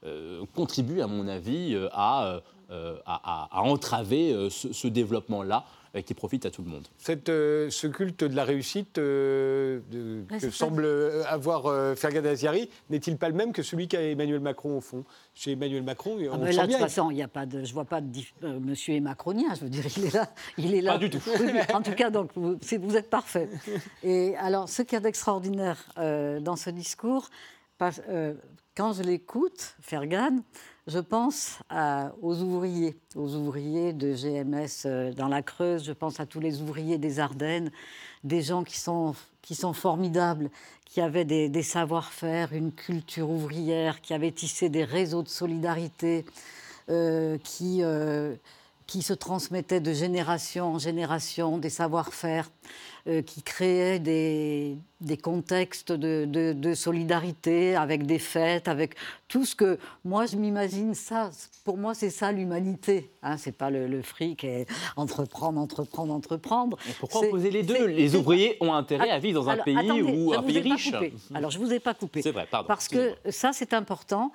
euh, contribue, à mon avis, à, euh, à, à, à entraver euh, ce, ce développement-là euh, qui profite à tout le monde. Cette, euh, ce culte de la réussite euh, de, ouais, que semble ça. avoir euh, Ferghad Azziari n'est-il pas le même que celui qu'a Emmanuel Macron, au fond ? Chez Emmanuel Macron, on ah ben sent là, de bien. toute façon, il y a pas de, je ne vois pas de... Euh, monsieur est macronien, je veux dire, il est là. Il est là. Pas du tout. Oui, oui, en tout cas, donc, vous, vous êtes parfait. Et alors, ce qu'il y a d'extraordinaire euh, dans ce discours, pas, euh, quand je l'écoute, Ferghad, je pense à, aux ouvriers, aux ouvriers de G M S euh, dans la Creuse, je pense à tous les ouvriers des Ardennes, des gens qui sont, qui sont formidables, qui avaient des, des savoir-faire, une culture ouvrière, qui avaient tissé des réseaux de solidarité, euh, qui, euh, qui se transmettaient de génération en génération, des savoir-faire, euh, qui créaient des, des contextes de, de, de solidarité, avec des fêtes, avec tout ce que... Moi, je m'imagine ça. Pour moi, c'est ça l'humanité. Hein, c'est pas le, le fric et entreprendre, entreprendre, entreprendre. Et pourquoi c'est, opposer les deux ? c'est, Les c'est, ouvriers ont intérêt à vivre dans un alors, pays attendez, ou un pays riche. Alors, je ne vous ai pas coupé. C'est vrai, pardon. Parce que ça, c'est important.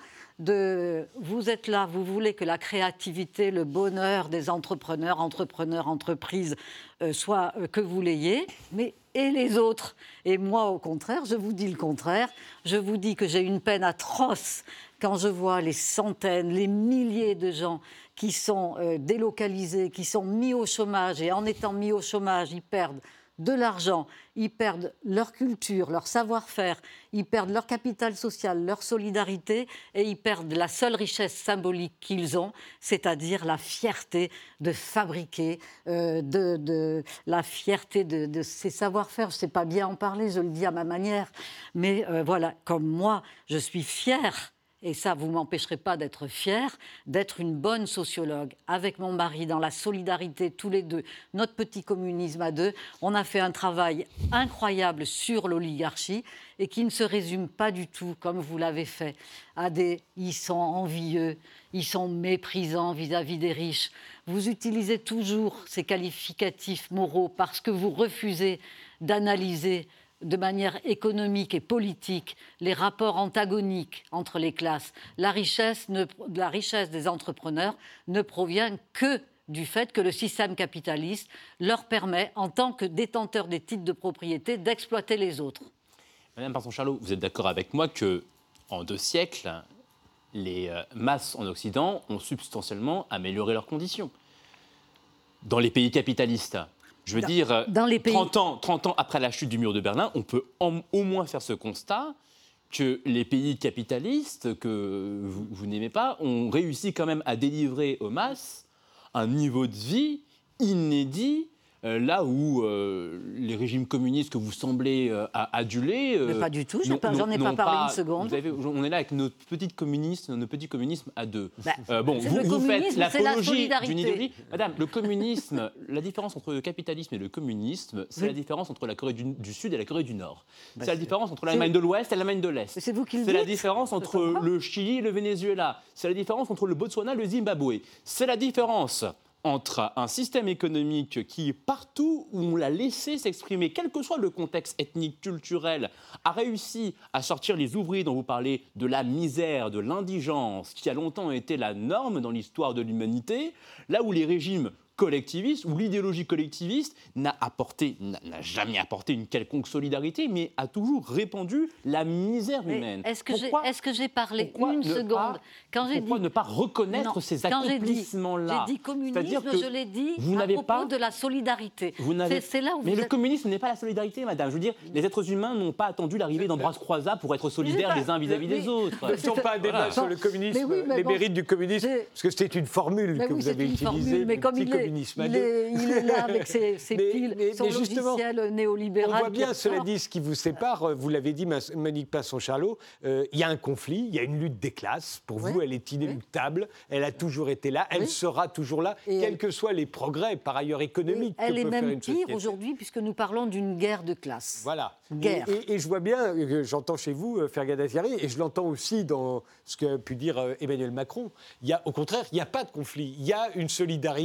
De, vous êtes là, vous voulez que la créativité, le bonheur des entrepreneurs, entrepreneurs, entreprises, euh, soit euh, que vous l'ayez, mais et les autres. Et moi, au contraire, je vous dis le contraire. Je vous dis que j'ai une peine atroce quand je vois les centaines, les milliers de gens qui sont euh, délocalisés, qui sont mis au chômage, et en étant mis au chômage, ils perdent de l'argent, ils perdent leur culture, leur savoir-faire, ils perdent leur capital social, leur solidarité, et ils perdent la seule richesse symbolique qu'ils ont, c'est-à-dire la fierté de fabriquer, euh, de, de, la fierté de, de ces savoir-faire. Je ne sais pas bien en parler, je le dis à ma manière, mais euh, voilà, comme moi, je suis fière. Et ça, vous ne m'empêcherez pas d'être fière, d'être une bonne sociologue. Avec mon mari, dans la solidarité, tous les deux, notre petit communisme à deux, on a fait un travail incroyable sur l'oligarchie et qui ne se résume pas du tout, comme vous l'avez fait, à des « ils sont envieux », ils sont méprisants vis-à-vis des riches. Vous utilisez toujours ces qualificatifs moraux parce que vous refusez d'analyser de manière économique et politique, les rapports antagoniques entre les classes. La richesse, ne, la richesse des entrepreneurs ne provient que du fait que le système capitaliste leur permet, en tant que détenteurs des titres de propriété, d'exploiter les autres. Madame Passon-Charlot, vous êtes d'accord avec moi qu'en deux siècles, les masses en Occident ont substantiellement amélioré leurs conditions. Dans les pays capitalistes, je veux dans, dire, dans les pays... trente ans, trente ans après la chute du mur de Berlin, on peut en, au moins faire ce constat que les pays capitalistes, que vous, vous n'aimez pas, ont réussi quand même à délivrer aux masses un niveau de vie inédit, euh, là où euh, les régimes communistes que vous semblez euh, aduler... Euh, Mais pas du tout, j'en ai pas parlé pas, une seconde. Vous avez, on est là avec notre petit communisme, notre petit communisme à deux. Bah, euh, bon, vous, vous faites l'apologie d'une idéologie. Madame, le communisme, la différence entre le capitalisme et le communisme, c'est oui. la différence entre la Corée du, du Sud et la Corée du Nord. Bah, c'est la différence entre l'Allemagne de l'Ouest et l'Allemagne de l'Est. C'est vous qui le C'est dites. la différence entre le Chili et le Venezuela. C'est la différence entre le Botswana et le Zimbabwe. C'est la différence entre un système économique qui, partout où on l'a laissé s'exprimer, quel que soit le contexte ethnique, culturel, a réussi à sortir les ouvriers dont vous parlez de la misère, de l'indigence, qui a longtemps été la norme dans l'histoire de l'humanité, là où les régimes collectiviste, où l'idéologie collectiviste n'a apporté, n'a, n'a jamais apporté une quelconque solidarité, mais a toujours répandu la misère mais humaine. Est-ce que, pourquoi, j'ai, est-ce que j'ai parlé une seconde pas, quand j'ai Pourquoi dit, ne pas reconnaître non, ces accomplissements-là? J'ai dit communisme, je l'ai dit vous à n'avez propos pas, de la solidarité. Vous n'avez, c'est, c'est là où mais vous le êtes... communisme n'est pas la solidarité, madame. Je veux dire, les êtres humains n'ont pas attendu l'arrivée d'Ambroise Croizat pour être solidaires pas, les uns vis-à-vis mais, des autres. Ne faisons pas un débat voilà. sur le communisme, oui, les bon, mérites du communisme, parce que c'était une formule mais que oui, vous avez utilisée, mais comme il est, communisme il est, il est là avec ses, ses mais, piles, mais, son mais logiciel néolibéral. On voit bien, cela dit, ce qui vous sépare, vous l'avez dit, Monique Passon-Charlot, euh, il y a un conflit, il y a une lutte des classes. Pour oui. vous, elle est inéluctable, oui. elle a toujours été là, elle oui. sera toujours là, et quels elle... que soient les progrès, par ailleurs économiques. Elle que est peut même faire une pire société. Aujourd'hui, puisque nous parlons d'une guerre de classe. Voilà. Guerre. Et, et, et je vois bien, euh, j'entends chez vous, Ferghad Azziari, et je l'entends aussi dans ce qu'a pu dire euh, Emmanuel Macron. Il y a, au contraire, il n'y a pas de conflit. Il y a une solidarité. Les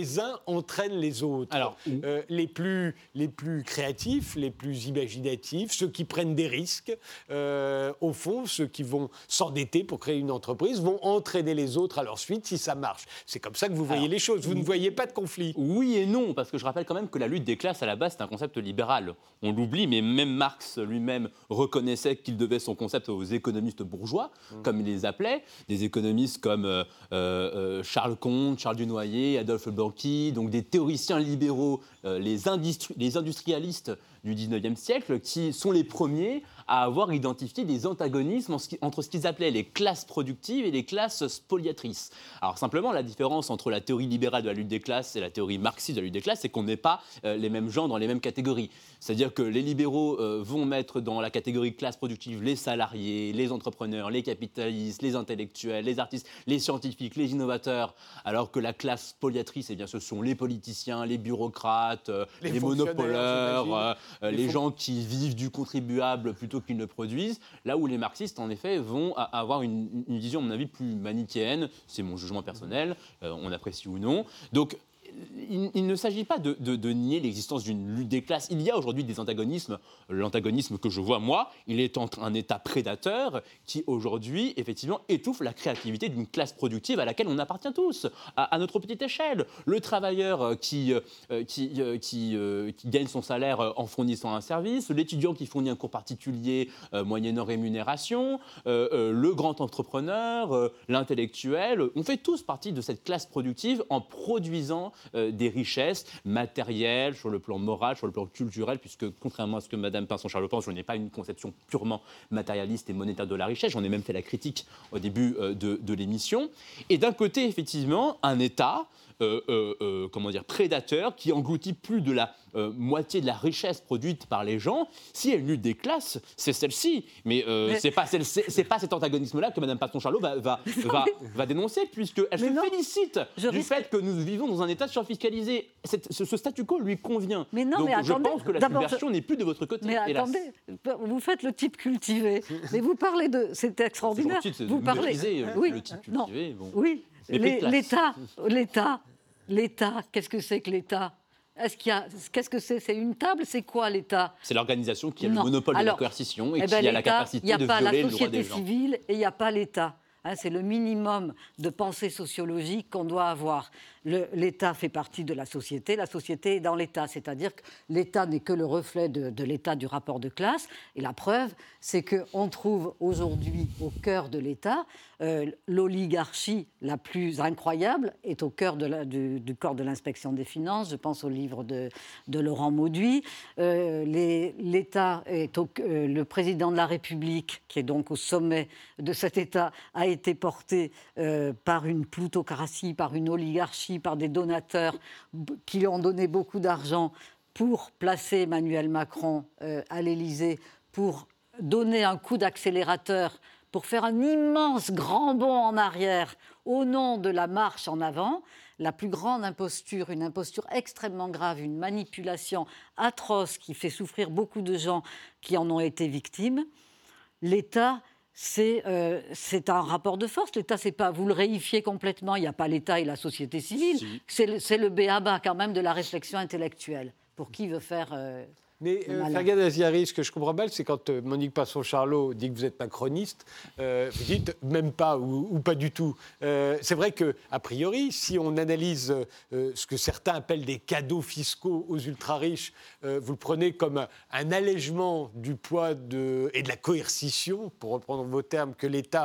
les uns entraînent les autres. Alors, euh, les, plus, les plus créatifs, les plus imaginatifs, ceux qui prennent des risques, euh, au fond, ceux qui vont s'endetter pour créer une entreprise, vont entraîner les autres à leur suite si ça marche. C'est comme ça que vous voyez Alors, les choses. Vous ne voyez pas de conflit. Oui et non, parce que je rappelle quand même que la lutte des classes, à la base, c'est un concept libéral. On l'oublie, mais même Marx lui-même reconnaissait qu'il devait son concept aux économistes bourgeois, mmh. comme il les appelait, des économistes comme euh, euh, Charles Comte, Charles Dunoyer, Adolphe Blanqui, donc des théoriciens libéraux, euh, les, industri- les industrialistes du dix-neuvième siècle, qui sont les premiers à avoir identifié des antagonismes entre ce qu'ils appelaient les classes productives et les classes spoliatrices. Alors simplement, la différence entre la théorie libérale de la lutte des classes et la théorie marxiste de la lutte des classes, c'est qu'on n'est pas euh, les mêmes gens dans les mêmes catégories. C'est-à-dire que les libéraux euh, vont mettre dans la catégorie classe productive les salariés, les entrepreneurs, les capitalistes, les intellectuels, les artistes, les scientifiques, les innovateurs, alors que la classe spoliatrice, eh bien, ce sont les politiciens, les bureaucrates, euh, les, les monopoleurs, euh, euh, les, les gens qui vivent du contribuable plutôt qu'ils ne produisent, là où les marxistes, en effet, vont avoir une, une vision, à mon avis, plus manichéenne, c'est mon jugement personnel, euh, on apprécie ou non. Donc, il, il ne s'agit pas de, de, de nier l'existence d'une lutte des classes. Il y a aujourd'hui des antagonismes. L'antagonisme que je vois, moi, il est entre un État prédateur qui, aujourd'hui, effectivement, étouffe la créativité d'une classe productive à laquelle on appartient tous, à, à notre petite échelle. Le travailleur qui, euh, qui, euh, qui, euh, qui gagne son salaire en fournissant un service, l'étudiant qui fournit un cours particulier euh, moyennant rémunération, euh, euh, le grand entrepreneur, euh, l'intellectuel. On fait tous partie de cette classe productive en produisant Euh, des richesses matérielles, sur le plan moral, sur le plan culturel, puisque contrairement à ce que Mme Pinson-Charles pense, je n'ai pas une conception purement matérialiste et monétaire de la richesse. J'en ai même fait la critique au début euh, de, de l'émission. Et d'un côté, effectivement, un État euh, euh, euh, comment dire, prédateur qui engloutit plus de la euh, moitié de la richesse produite par les gens. S'il y a une lutte des classes, c'est celle-ci. Mais, euh, Mais... c'est pas celle, c'est, c'est pas cet antagonisme-là que Mme Pinson-Charles va, va, va, va dénoncer, puisqu'elle se non, félicite du risque... fait que nous vivons dans un État surfiscalisé. Cette, ce, ce statu quo lui convient. Mais non, Donc mais je attendez, pense que la subversion je... n'est plus de votre côté. Mais hélas. attendez, vous faites le type cultivé. Mais vous parlez de... C'est extraordinaire. C'est gentil, vous de parlez... mépriser, oui, le type cultivé. Bon. Oui, Les, l'État, l'État, l'État, qu'est-ce que c'est que l'État ? Est-ce qu'il y a, qu'est-ce que c'est ? C'est une table ? C'est quoi l'État ? C'est l'organisation qui a non. le monopole Alors, de la coercition et eh qui ben, a la capacité de violer le droit des gens. Il n'y a pas la société civile et il n'y a pas l'État. Hein, c'est le minimum de pensée sociologique qu'on doit avoir. Le, L'État fait partie de la société, la société est dans l'État, c'est-à-dire que l'État n'est que le reflet de, de l'État du rapport de classe. Et la preuve, c'est qu'on trouve aujourd'hui au cœur de l'État euh, l'oligarchie la plus incroyable est au cœur de la, du, du corps de l'inspection des finances. Je pense au livre de, de Laurent Mauduit. Euh, les, L'État est au, euh, le président de la République, qui est donc au sommet de cet État, a été porté euh, par une plutocratie, par une oligarchie, par des donateurs qui lui ont donné beaucoup d'argent pour placer Emmanuel Macron euh, à l'Élysée, pour donner un coup d'accélérateur, pour faire un immense grand bond en arrière au nom de la marche en avant. La plus grande imposture, une imposture extrêmement grave, une manipulation atroce qui fait souffrir beaucoup de gens qui en ont été victimes. L'État... C'est, euh, c'est un rapport de force. L'État, c'est pas... Vous le réifiez complètement. Il n'y a pas l'État et la société civile. Si. C'est, le, c'est le b a ba quand même de la réflexion intellectuelle. Pour qui veut faire... Euh, Mais euh, Fergan Aziari, ce que je comprends mal, c'est quand euh, Monique Pinson-Charlot dit que vous êtes macroniste, euh, vous dites même pas ou, ou pas du tout. Euh, c'est vrai qu'a priori, si on analyse euh, ce que certains appellent des cadeaux fiscaux aux ultra-riches, euh, vous le prenez comme un, un allègement du poids de, et de la coercition, pour reprendre vos termes, que l'État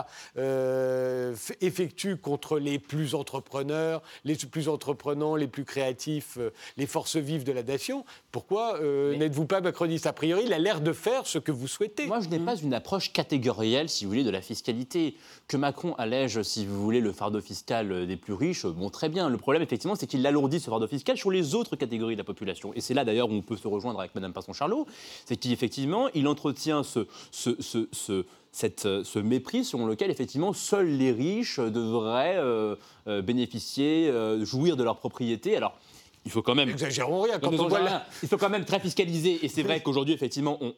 euh, effectue contre les plus entrepreneurs, les plus entreprenants, les plus créatifs, euh, les forces vives de la nation. Pourquoi euh, Mais... n'êtes-vous pas macroniste? A priori, il a l'air de faire ce que vous souhaitez. Moi, je n'ai mmh. pas une approche catégorielle, si vous voulez, de la fiscalité. Que Macron allège, si vous voulez, le fardeau fiscal des plus riches, bon, très bien. Le problème, effectivement, c'est qu'il alourdit ce fardeau fiscal sur les autres catégories de la population. Et c'est là, d'ailleurs, où on peut se rejoindre avec Mme Pinson-Charlot, c'est qu'effectivement, il entretient ce... ce, ce, ce Cette, ce mépris selon lequel, effectivement, seuls les riches devraient euh, euh, bénéficier, euh, jouir de leur propriété. Alors, il faut quand même... Exagérons rien. Quand on voit rien. Il faut quand même très fiscaliser. Et c'est vrai qu'aujourd'hui, effectivement, on, on,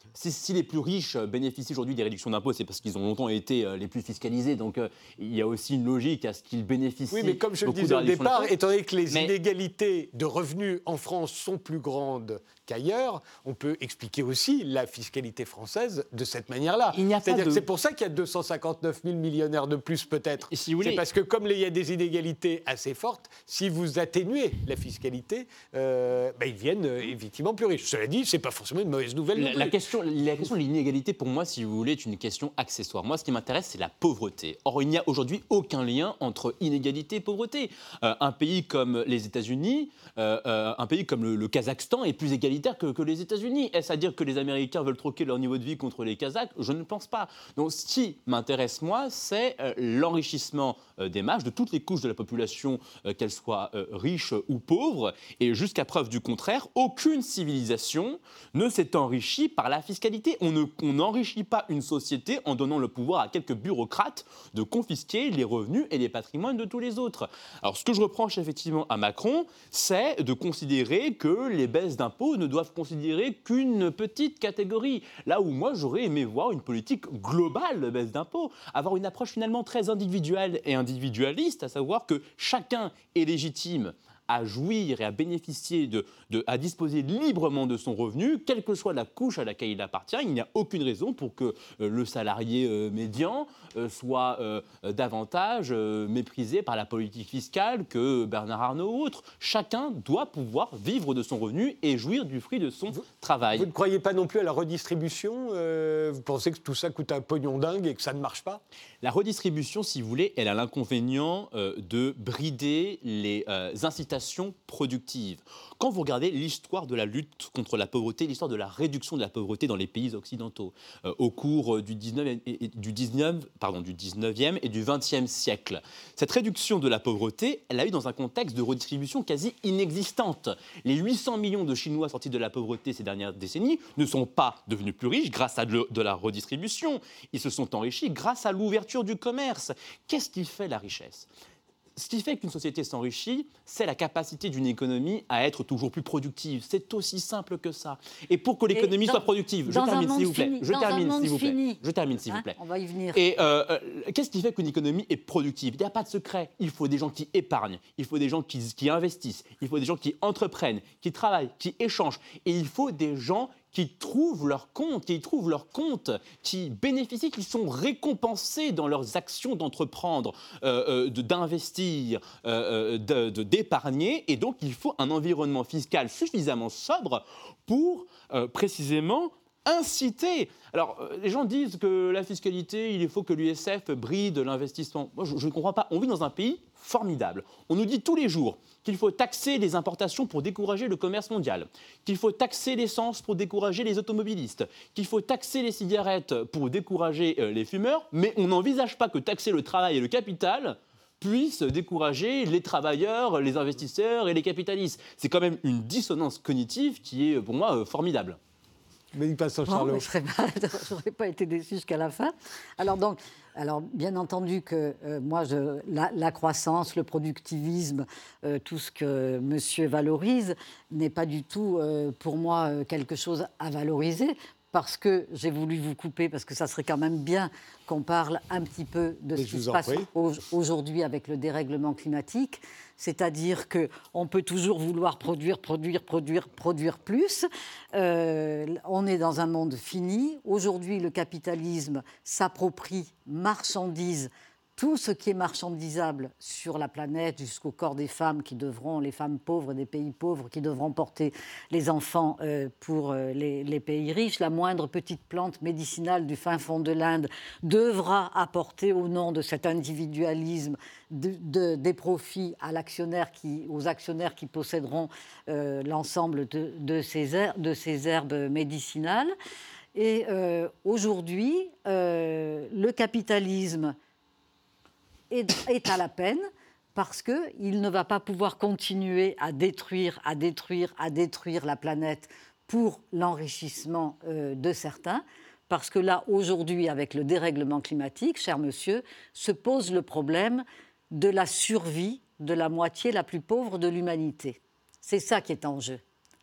Si, si les plus riches bénéficient aujourd'hui des réductions d'impôts, c'est parce qu'ils ont longtemps été les plus fiscalisés. Donc euh, il y a aussi une logique à ce qu'ils bénéficient. Oui, mais comme je le disais au départ, étant donné que les mais... inégalités de revenus en France sont plus grandes qu'ailleurs, on peut expliquer aussi la fiscalité française de cette manière-là. C'est-à-dire de... que c'est pour ça qu'il y a deux cent cinquante-neuf mille millionnaires de plus peut-être. Si c'est parce que comme il y a des inégalités assez fortes, si vous atténuez la fiscalité, euh, bah, ils deviennent euh, effectivement plus riches. Cela dit, c'est pas forcément une mauvaise nouvelle. La, la, question, la question de l'inégalité, pour moi, si vous voulez, est une question accessoire. Moi, ce qui m'intéresse, c'est la pauvreté. Or, il n'y a aujourd'hui aucun lien entre inégalité et pauvreté. Euh, un pays comme les États-Unis, euh, euh, un pays comme le, le Kazakhstan est plus égalitaire Que, que les États-Unis. Est-ce à dire que les Américains veulent troquer leur niveau de vie contre les Kazakhs ? Je ne pense pas. Donc, ce qui m'intéresse, moi, c'est euh, l'enrichissement euh, des marges de toutes les couches de la population, euh, qu'elles soient euh, riches ou pauvres. Et jusqu'à preuve du contraire, aucune civilisation ne s'est enrichie par la fiscalité. On ne, on n'enrichit pas une société en donnant le pouvoir à quelques bureaucrates de confisquer les revenus et les patrimoines de tous les autres. Alors, ce que je reproche effectivement à Macron, c'est de considérer que les baisses d'impôts ne doivent considérer qu'une petite catégorie. Là où moi, j'aurais aimé voir une politique globale de baisse d'impôts, avoir une approche finalement très individuelle et individualiste, à savoir que chacun est légitime à jouir et à bénéficier, de, de, à disposer librement de son revenu, quelle que soit la couche à laquelle il appartient. Il n'y a aucune raison pour que euh, le salarié euh, médian euh, soit euh, davantage euh, méprisé par la politique fiscale que Bernard Arnault ou autre. Chacun doit pouvoir vivre de son revenu et jouir du fruit de son vous, travail. Vous ne croyez pas non plus à la redistribution euh, Vous pensez que tout ça coûte un pognon dingue et que ça ne marche pas ? La redistribution, si vous voulez, elle a l'inconvénient euh, de brider les euh, incitations productives. Quand vous regardez l'histoire de la lutte contre la pauvreté, l'histoire de la réduction de la pauvreté dans les pays occidentaux, euh, au cours du dix-neuvième, et, du, dix-neuvième, pardon, du dix-neuvième et du vingtième siècle, cette réduction de la pauvreté, elle a eu dans un contexte de redistribution quasi inexistante. Les huit cents millions de Chinois sortis de la pauvreté ces dernières décennies ne sont pas devenus plus riches grâce à de, de la redistribution. Ils se sont enrichis grâce à l'ouverture du commerce. Qu'est-ce qui fait la richesse ? Ce qui fait qu'une société s'enrichit, c'est la capacité d'une économie à être toujours plus productive. C'est aussi simple que ça. Et pour que l'économie dans, soit productive, je termine s'il vous plaît. Fini, je termine s'il vous plaît. Fini. Je termine s'il hein, vous plaît. On va y venir. Et euh, euh, qu'est-ce qui fait qu'une économie est productive ? Il n'y a pas de secret. Il faut des gens qui épargnent, il faut des gens qui, qui investissent, il faut des gens qui entreprennent, qui travaillent, qui échangent. Et il faut des gens qui trouvent leur compte, qui trouvent leur compte, qui bénéficient, qui sont récompensés dans leurs actions d'entreprendre, euh, euh, de, d'investir, euh, de, de, d'épargner. Et donc, il faut un environnement fiscal suffisamment sobre pour, euh, précisément, inciter. Alors, euh, les gens disent que la fiscalité, il faut que l'U S F bride l'investissement. Moi, je ne comprends pas. On vit dans un pays formidable. On nous dit tous les jours qu'il faut taxer les importations pour décourager le commerce mondial, qu'il faut taxer l'essence pour décourager les automobilistes, qu'il faut taxer les cigarettes pour décourager euh, les fumeurs, mais on n'envisage pas que taxer le travail et le capital puisse décourager les travailleurs, les investisseurs et les capitalistes. C'est quand même une dissonance cognitive qui est, pour moi, euh, formidable. Mais il passe en Charlot. Je n'aurais pas été déçue jusqu'à la fin. Alors, donc, alors bien entendu que euh, moi, je, la, la croissance, le productivisme, euh, tout ce que monsieur valorise n'est pas du tout, euh, pour moi, euh, quelque chose à valoriser. Parce que j'ai voulu vous couper, parce que ça serait quand même bien qu'on parle un petit peu de Mais ce qui se passe au, aujourd'hui avec le dérèglement climatique. C'est-à-dire qu'on peut toujours vouloir produire, produire, produire, produire plus. Euh, on est dans un monde fini. Aujourd'hui, le capitalisme s'approprie, marchandise tout ce qui est marchandisable sur la planète, jusqu'au corps des femmes qui devront, les femmes pauvres des pays pauvres, qui devront porter les enfants euh, pour euh, les, les pays riches. La moindre petite plante médicinale du fin fond de l'Inde devra apporter, au nom de cet individualisme, de, de, des profits à l'actionnaire qui, aux actionnaires qui posséderont euh, l'ensemble de, de, ces herbes, de ces herbes médicinales. Et euh, aujourd'hui, euh, le capitalisme est à la peine parce qu'il ne va pas pouvoir continuer à détruire, à détruire, à détruire la planète pour l'enrichissement euh, de certains, parce que là, aujourd'hui, avec le dérèglement climatique, cher monsieur, se pose le problème de la survie de la moitié la plus pauvre de l'humanité. C'est ça qui est en jeu.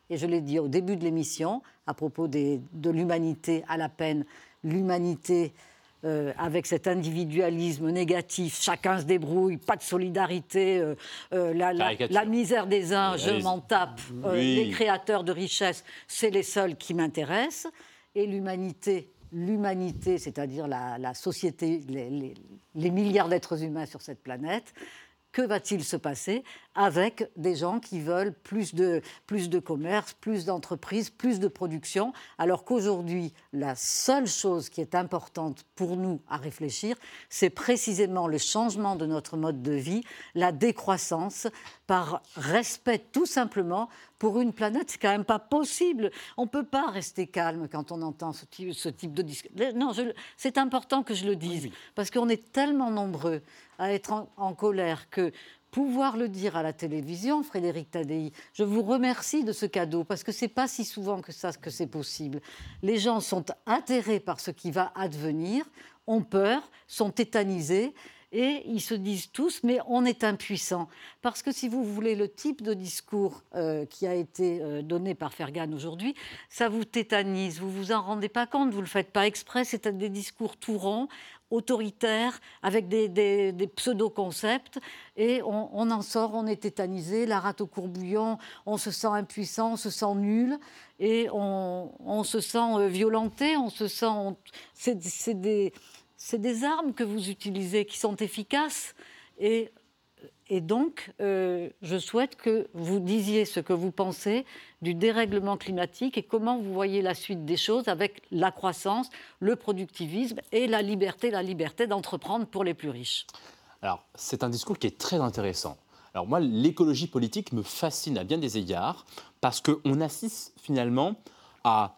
et je l'ai dit au début de l'émission, à propos des, de l'humanité à la peine, l'humanité euh, avec cet individualisme négatif, chacun se débrouille, pas de solidarité, euh, euh, la, la, la misère des uns, je m'en tape, euh, oui. Les créateurs de richesses, c'est les seuls qui m'intéressent, et l'humanité, l'humanité, c'est-à-dire la, la société, les, les, les milliards d'êtres humains sur cette planète, que va-t-il se passer avec des gens qui veulent plus de, plus de commerce, plus d'entreprises, plus de production, alors qu'aujourd'hui, la seule chose qui est importante pour nous à réfléchir, c'est précisément le changement de notre mode de vie, la décroissance, par respect tout simplement pour une planète. C'est quand même pas possible. On ne peut pas rester calme quand on entend ce type, ce type de discours. Non, je, c'est important que je le dise, oui, oui. Parce qu'on est tellement nombreux à être en, en colère que pouvoir le dire à la télévision, Frédéric Tadei, je vous remercie de ce cadeau, parce que ce n'est pas si souvent que ça que c'est possible. Les gens sont atterrés par ce qui va advenir, ont peur, sont tétanisés, et ils se disent tous, mais on est impuissant. Parce que si vous voulez, le type de discours euh, qui a été euh, donné par Fergan aujourd'hui, ça vous tétanise, vous ne vous en rendez pas compte, vous ne le faites pas exprès, c'est des discours tout ronds, autoritaires, avec des, des, des pseudo-concepts, et on, on en sort, on est tétanisé, la rate au courbouillon, on se sent impuissant, on se sent nul, et on, on se sent violenté, on se sent... On, c'est, c'est des... C'est des armes que vous utilisez qui sont efficaces. Et, et donc, euh, je souhaite que vous disiez ce que vous pensez du dérèglement climatique et comment vous voyez la suite des choses avec la croissance, le productivisme et la liberté, la liberté d'entreprendre pour les plus riches. Alors, c'est un discours qui est très intéressant. Alors moi, l'écologie politique me fascine à bien des égards parce qu'on assiste finalement à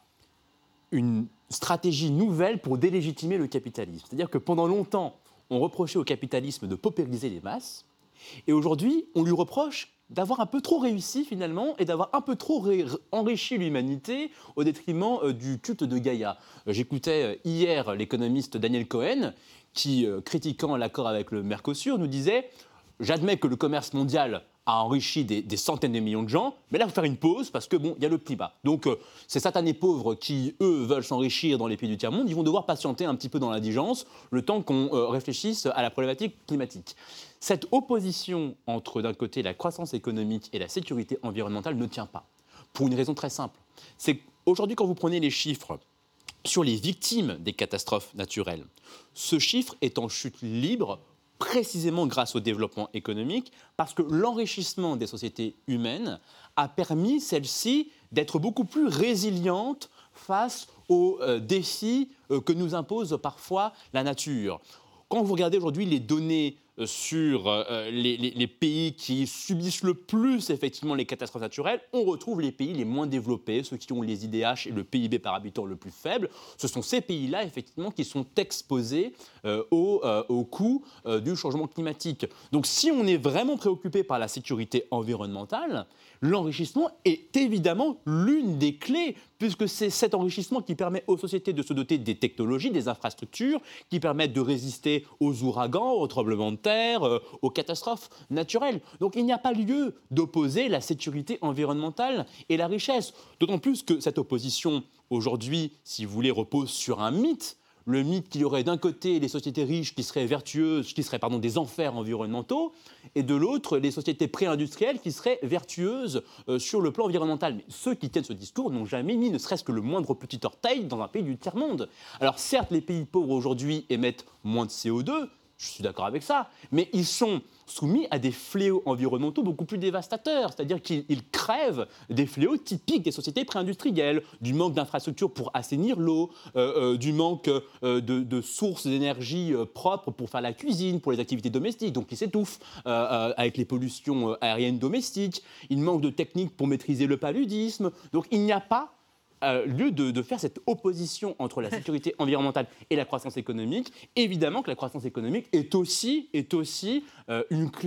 une stratégie nouvelle pour délégitimer le capitalisme. C'est-à-dire que pendant longtemps, on reprochait au capitalisme de paupériser les masses, et aujourd'hui, on lui reproche d'avoir un peu trop réussi finalement et d'avoir un peu trop ré- enrichi l'humanité au détriment euh, du culte de Gaïa. Euh, j'écoutais euh, hier l'économiste Daniel Cohen qui, euh, critiquant l'accord avec le Mercosur, nous disait « J'admets que le commerce mondial a enrichi des, des centaines de millions de gens, mais là, il faut faire une pause parce que, bon, il y a le climat. Donc, euh, ces satanés pauvres qui, eux, veulent s'enrichir dans les pays du tiers-monde, ils vont devoir patienter un petit peu dans l'indigence le temps qu'on euh, réfléchisse à la problématique climatique. » Cette opposition entre, d'un côté, la croissance économique et la sécurité environnementale ne tient pas. Pour une raison très simple. C'est qu'aujourd'hui, quand vous prenez les chiffres sur les victimes des catastrophes naturelles, ce chiffre est en chute libre précisément grâce au développement économique, parce que l'enrichissement des sociétés humaines a permis celles-ci d'être beaucoup plus résilientes face aux euh, défis euh, que nous impose parfois la nature. Quand vous regardez aujourd'hui les données euh, sur euh, les, les, les pays qui subissent le plus effectivement les catastrophes naturelles, on retrouve les pays les moins développés, ceux qui ont les I D H et le P I B par habitant le plus faible. Ce sont ces pays-là effectivement qui sont exposés euh, au, euh, au coût euh, du changement climatique. Donc si on est vraiment préoccupé par la sécurité environnementale, l'enrichissement est évidemment l'une des clés, puisque c'est cet enrichissement qui permet aux sociétés de se doter des technologies, des infrastructures, qui permettent de résister aux ouragans, aux tremblements de terre, euh, aux catastrophes naturelles. Donc il n'y a pas lieu d'opposer la sécurité environnementale et la richesse. D'autant plus que cette opposition, aujourd'hui, si vous voulez, repose sur un mythe. Le mythe qu'il y aurait d'un côté les sociétés riches qui seraient vertueuses, qui seraient pardon, des enfers environnementaux, et de l'autre les sociétés pré-industrielles qui seraient vertueuses euh, sur le plan environnemental. Mais ceux qui tiennent ce discours n'ont jamais mis ne serait-ce que le moindre petit orteil dans un pays du tiers-monde. Alors certes, les pays pauvres aujourd'hui émettent moins de C O deux, je suis d'accord avec ça, mais ils sont soumis à des fléaux environnementaux beaucoup plus dévastateurs, c'est-à-dire qu'ils crèvent des fléaux typiques des sociétés pré-industrielles, du manque d'infrastructures pour assainir l'eau, euh, euh, du manque euh, de, de sources d'énergie euh, propres pour faire la cuisine, pour les activités domestiques, donc ils s'étouffent euh, euh, avec les pollutions euh, aériennes domestiques, il manque de techniques pour maîtriser le paludisme, donc il n'y a pas Euh, lieu de, de faire cette opposition entre la sécurité environnementale et la croissance économique. Évidemment que la croissance économique est aussi, est aussi euh, une clé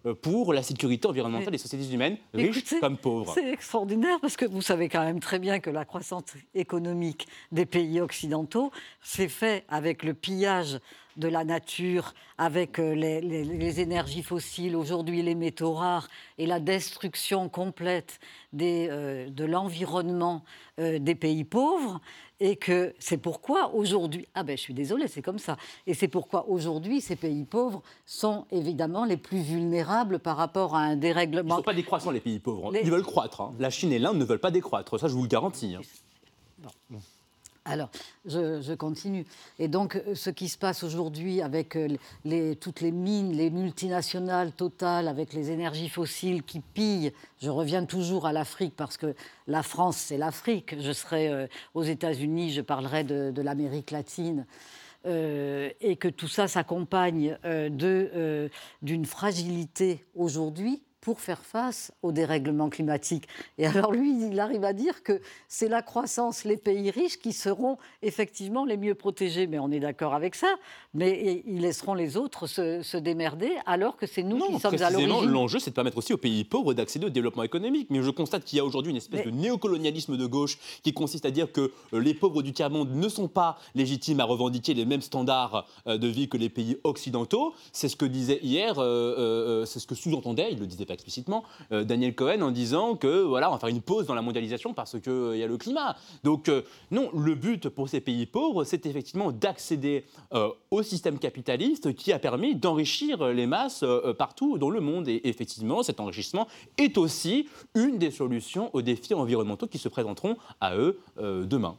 pour la sécurité environnementale des sociétés humaines, riches Écoutez, comme pauvres. C'est extraordinaire parce que vous savez quand même très bien que la croissance économique des pays occidentaux s'est faite avec le pillage de la nature, avec les, les, les énergies fossiles, aujourd'hui les métaux rares, et la destruction complète des, euh, de l'environnement euh, des pays pauvres. Et que c'est pourquoi aujourd'hui, ah ben je suis désolée, c'est comme ça, et c'est pourquoi aujourd'hui ces pays pauvres sont évidemment les plus vulnérables par rapport à un dérèglement. Ils ne sont pas décroissants les pays pauvres, Les... ils veulent croître. Hein. La Chine et l'Inde ne veulent pas décroître, ça je vous le garantis. Hein. Bon. Alors, je, je continue. Et donc, ce qui se passe aujourd'hui avec les, toutes les mines, les multinationales totales, avec les énergies fossiles qui pillent, je reviens toujours à l'Afrique parce que la France, c'est l'Afrique. Je serai euh, aux États-Unis, je parlerai de, de l'Amérique latine. Euh, et que tout ça s'accompagne euh, de, euh, d'une fragilité aujourd'hui pour faire face au dérèglement climatique. Et alors lui, il arrive à dire que c'est la croissance, les pays riches qui seront effectivement les mieux protégés. Mais on est d'accord avec ça. Mais ils laisseront les autres se, se démerder alors que c'est nous non, qui sommes à l'origine. L'enjeu, c'est de permettre aussi aux pays pauvres d'accéder au développement économique. Mais je constate qu'il y a aujourd'hui une espèce Mais... de néocolonialisme de gauche qui consiste à dire que les pauvres du tiers-monde ne sont pas légitimes à revendiquer les mêmes standards de vie que les pays occidentaux. C'est ce que disait hier, euh, euh, c'est ce que sous-entendait, il ne le disait pas explicitement, euh, Daniel Cohen en disant que voilà, on va faire une pause dans la mondialisation parce qu'il euh, y a le climat. Donc euh, non, le but pour ces pays pauvres, c'est effectivement d'accéder euh, au système capitaliste qui a permis d'enrichir les masses euh, partout dans le monde. Et effectivement, cet enrichissement est aussi une des solutions aux défis environnementaux qui se présenteront à eux euh, demain.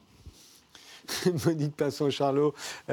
Monique Pinson-Charlot,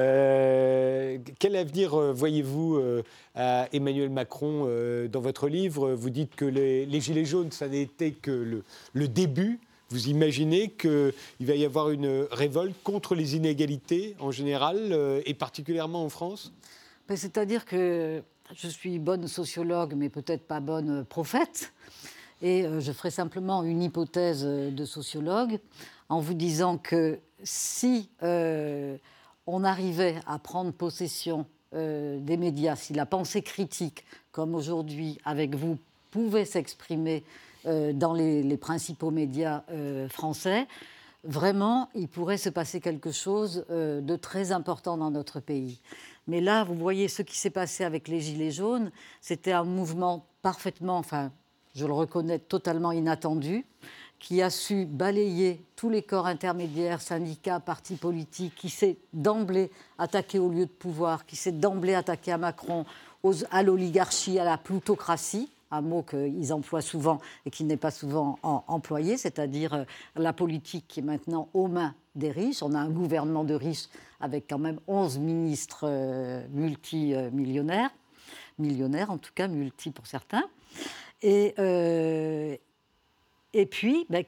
euh, quel avenir euh, voyez-vous euh, à Emmanuel Macron euh, dans votre livre? Vous dites que les, les Gilets jaunes, ça n'était que le, le début. Vous imaginez qu'il va y avoir une révolte contre les inégalités en général euh, et particulièrement en France? Ben, c'est-à-dire que je suis bonne sociologue, mais peut-être pas bonne prophète. Et euh, je ferai simplement une hypothèse de sociologue en vous disant que si euh, on arrivait à prendre possession euh, des médias, si la pensée critique, comme aujourd'hui avec vous, pouvait s'exprimer euh, dans les, les principaux médias euh, français, vraiment, il pourrait se passer quelque chose euh, de très important dans notre pays. Mais là, vous voyez ce qui s'est passé avec les Gilets jaunes, c'était un mouvement parfaitement, enfin, je le reconnais, totalement inattendu, qui a su balayer tous les corps intermédiaires, syndicats, partis politiques, qui s'est d'emblée attaqué au lieu de pouvoir, qui s'est d'emblée attaqué à Macron, aux, à l'oligarchie, à la plutocratie, un mot qu'ils emploient souvent et qui n'est pas souvent en, employé, c'est-à-dire euh, la politique qui est maintenant aux mains des riches. On a un gouvernement de riches avec quand même onze ministres euh, multimillionnaires, millionnaires en tout cas, multi pour certains. Et... Euh, Et puis, ben,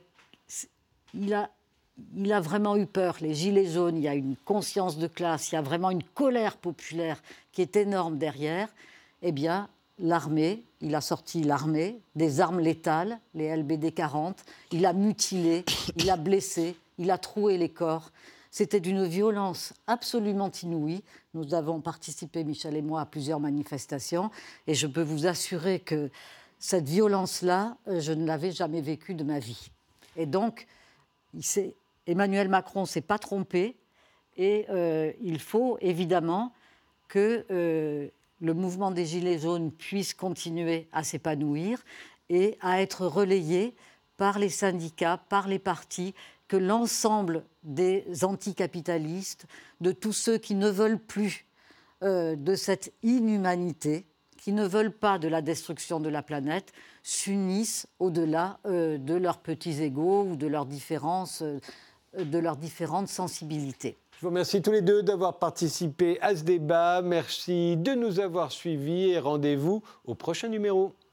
il, a, il a vraiment eu peur. Les Gilets jaunes, il y a une conscience de classe, il y a vraiment une colère populaire qui est énorme derrière. Eh bien, l'armée, il a sorti l'armée, des armes létales, les L B D quarante, il a mutilé, il a blessé, il a troué les corps. C'était d'une violence absolument inouïe. Nous avons participé, Michel et moi, à plusieurs manifestations. Et je peux vous assurer que cette violence-là, je ne l'avais jamais vécue de ma vie. Et donc, il s'est, Emmanuel Macron ne s'est pas trompé. Et euh, il faut évidemment que euh, le mouvement des Gilets jaunes puisse continuer à s'épanouir et à être relayé par les syndicats, par les partis, que l'ensemble des anticapitalistes, de tous ceux qui ne veulent plus euh, de cette inhumanité, qui ne veulent pas de la destruction de la planète, s'unissent au-delà euh, de leurs petits égos ou de leurs différences, euh, de leurs différentes sensibilités. Je vous remercie tous les deux d'avoir participé à ce débat. Merci de nous avoir suivis et rendez-vous au prochain numéro.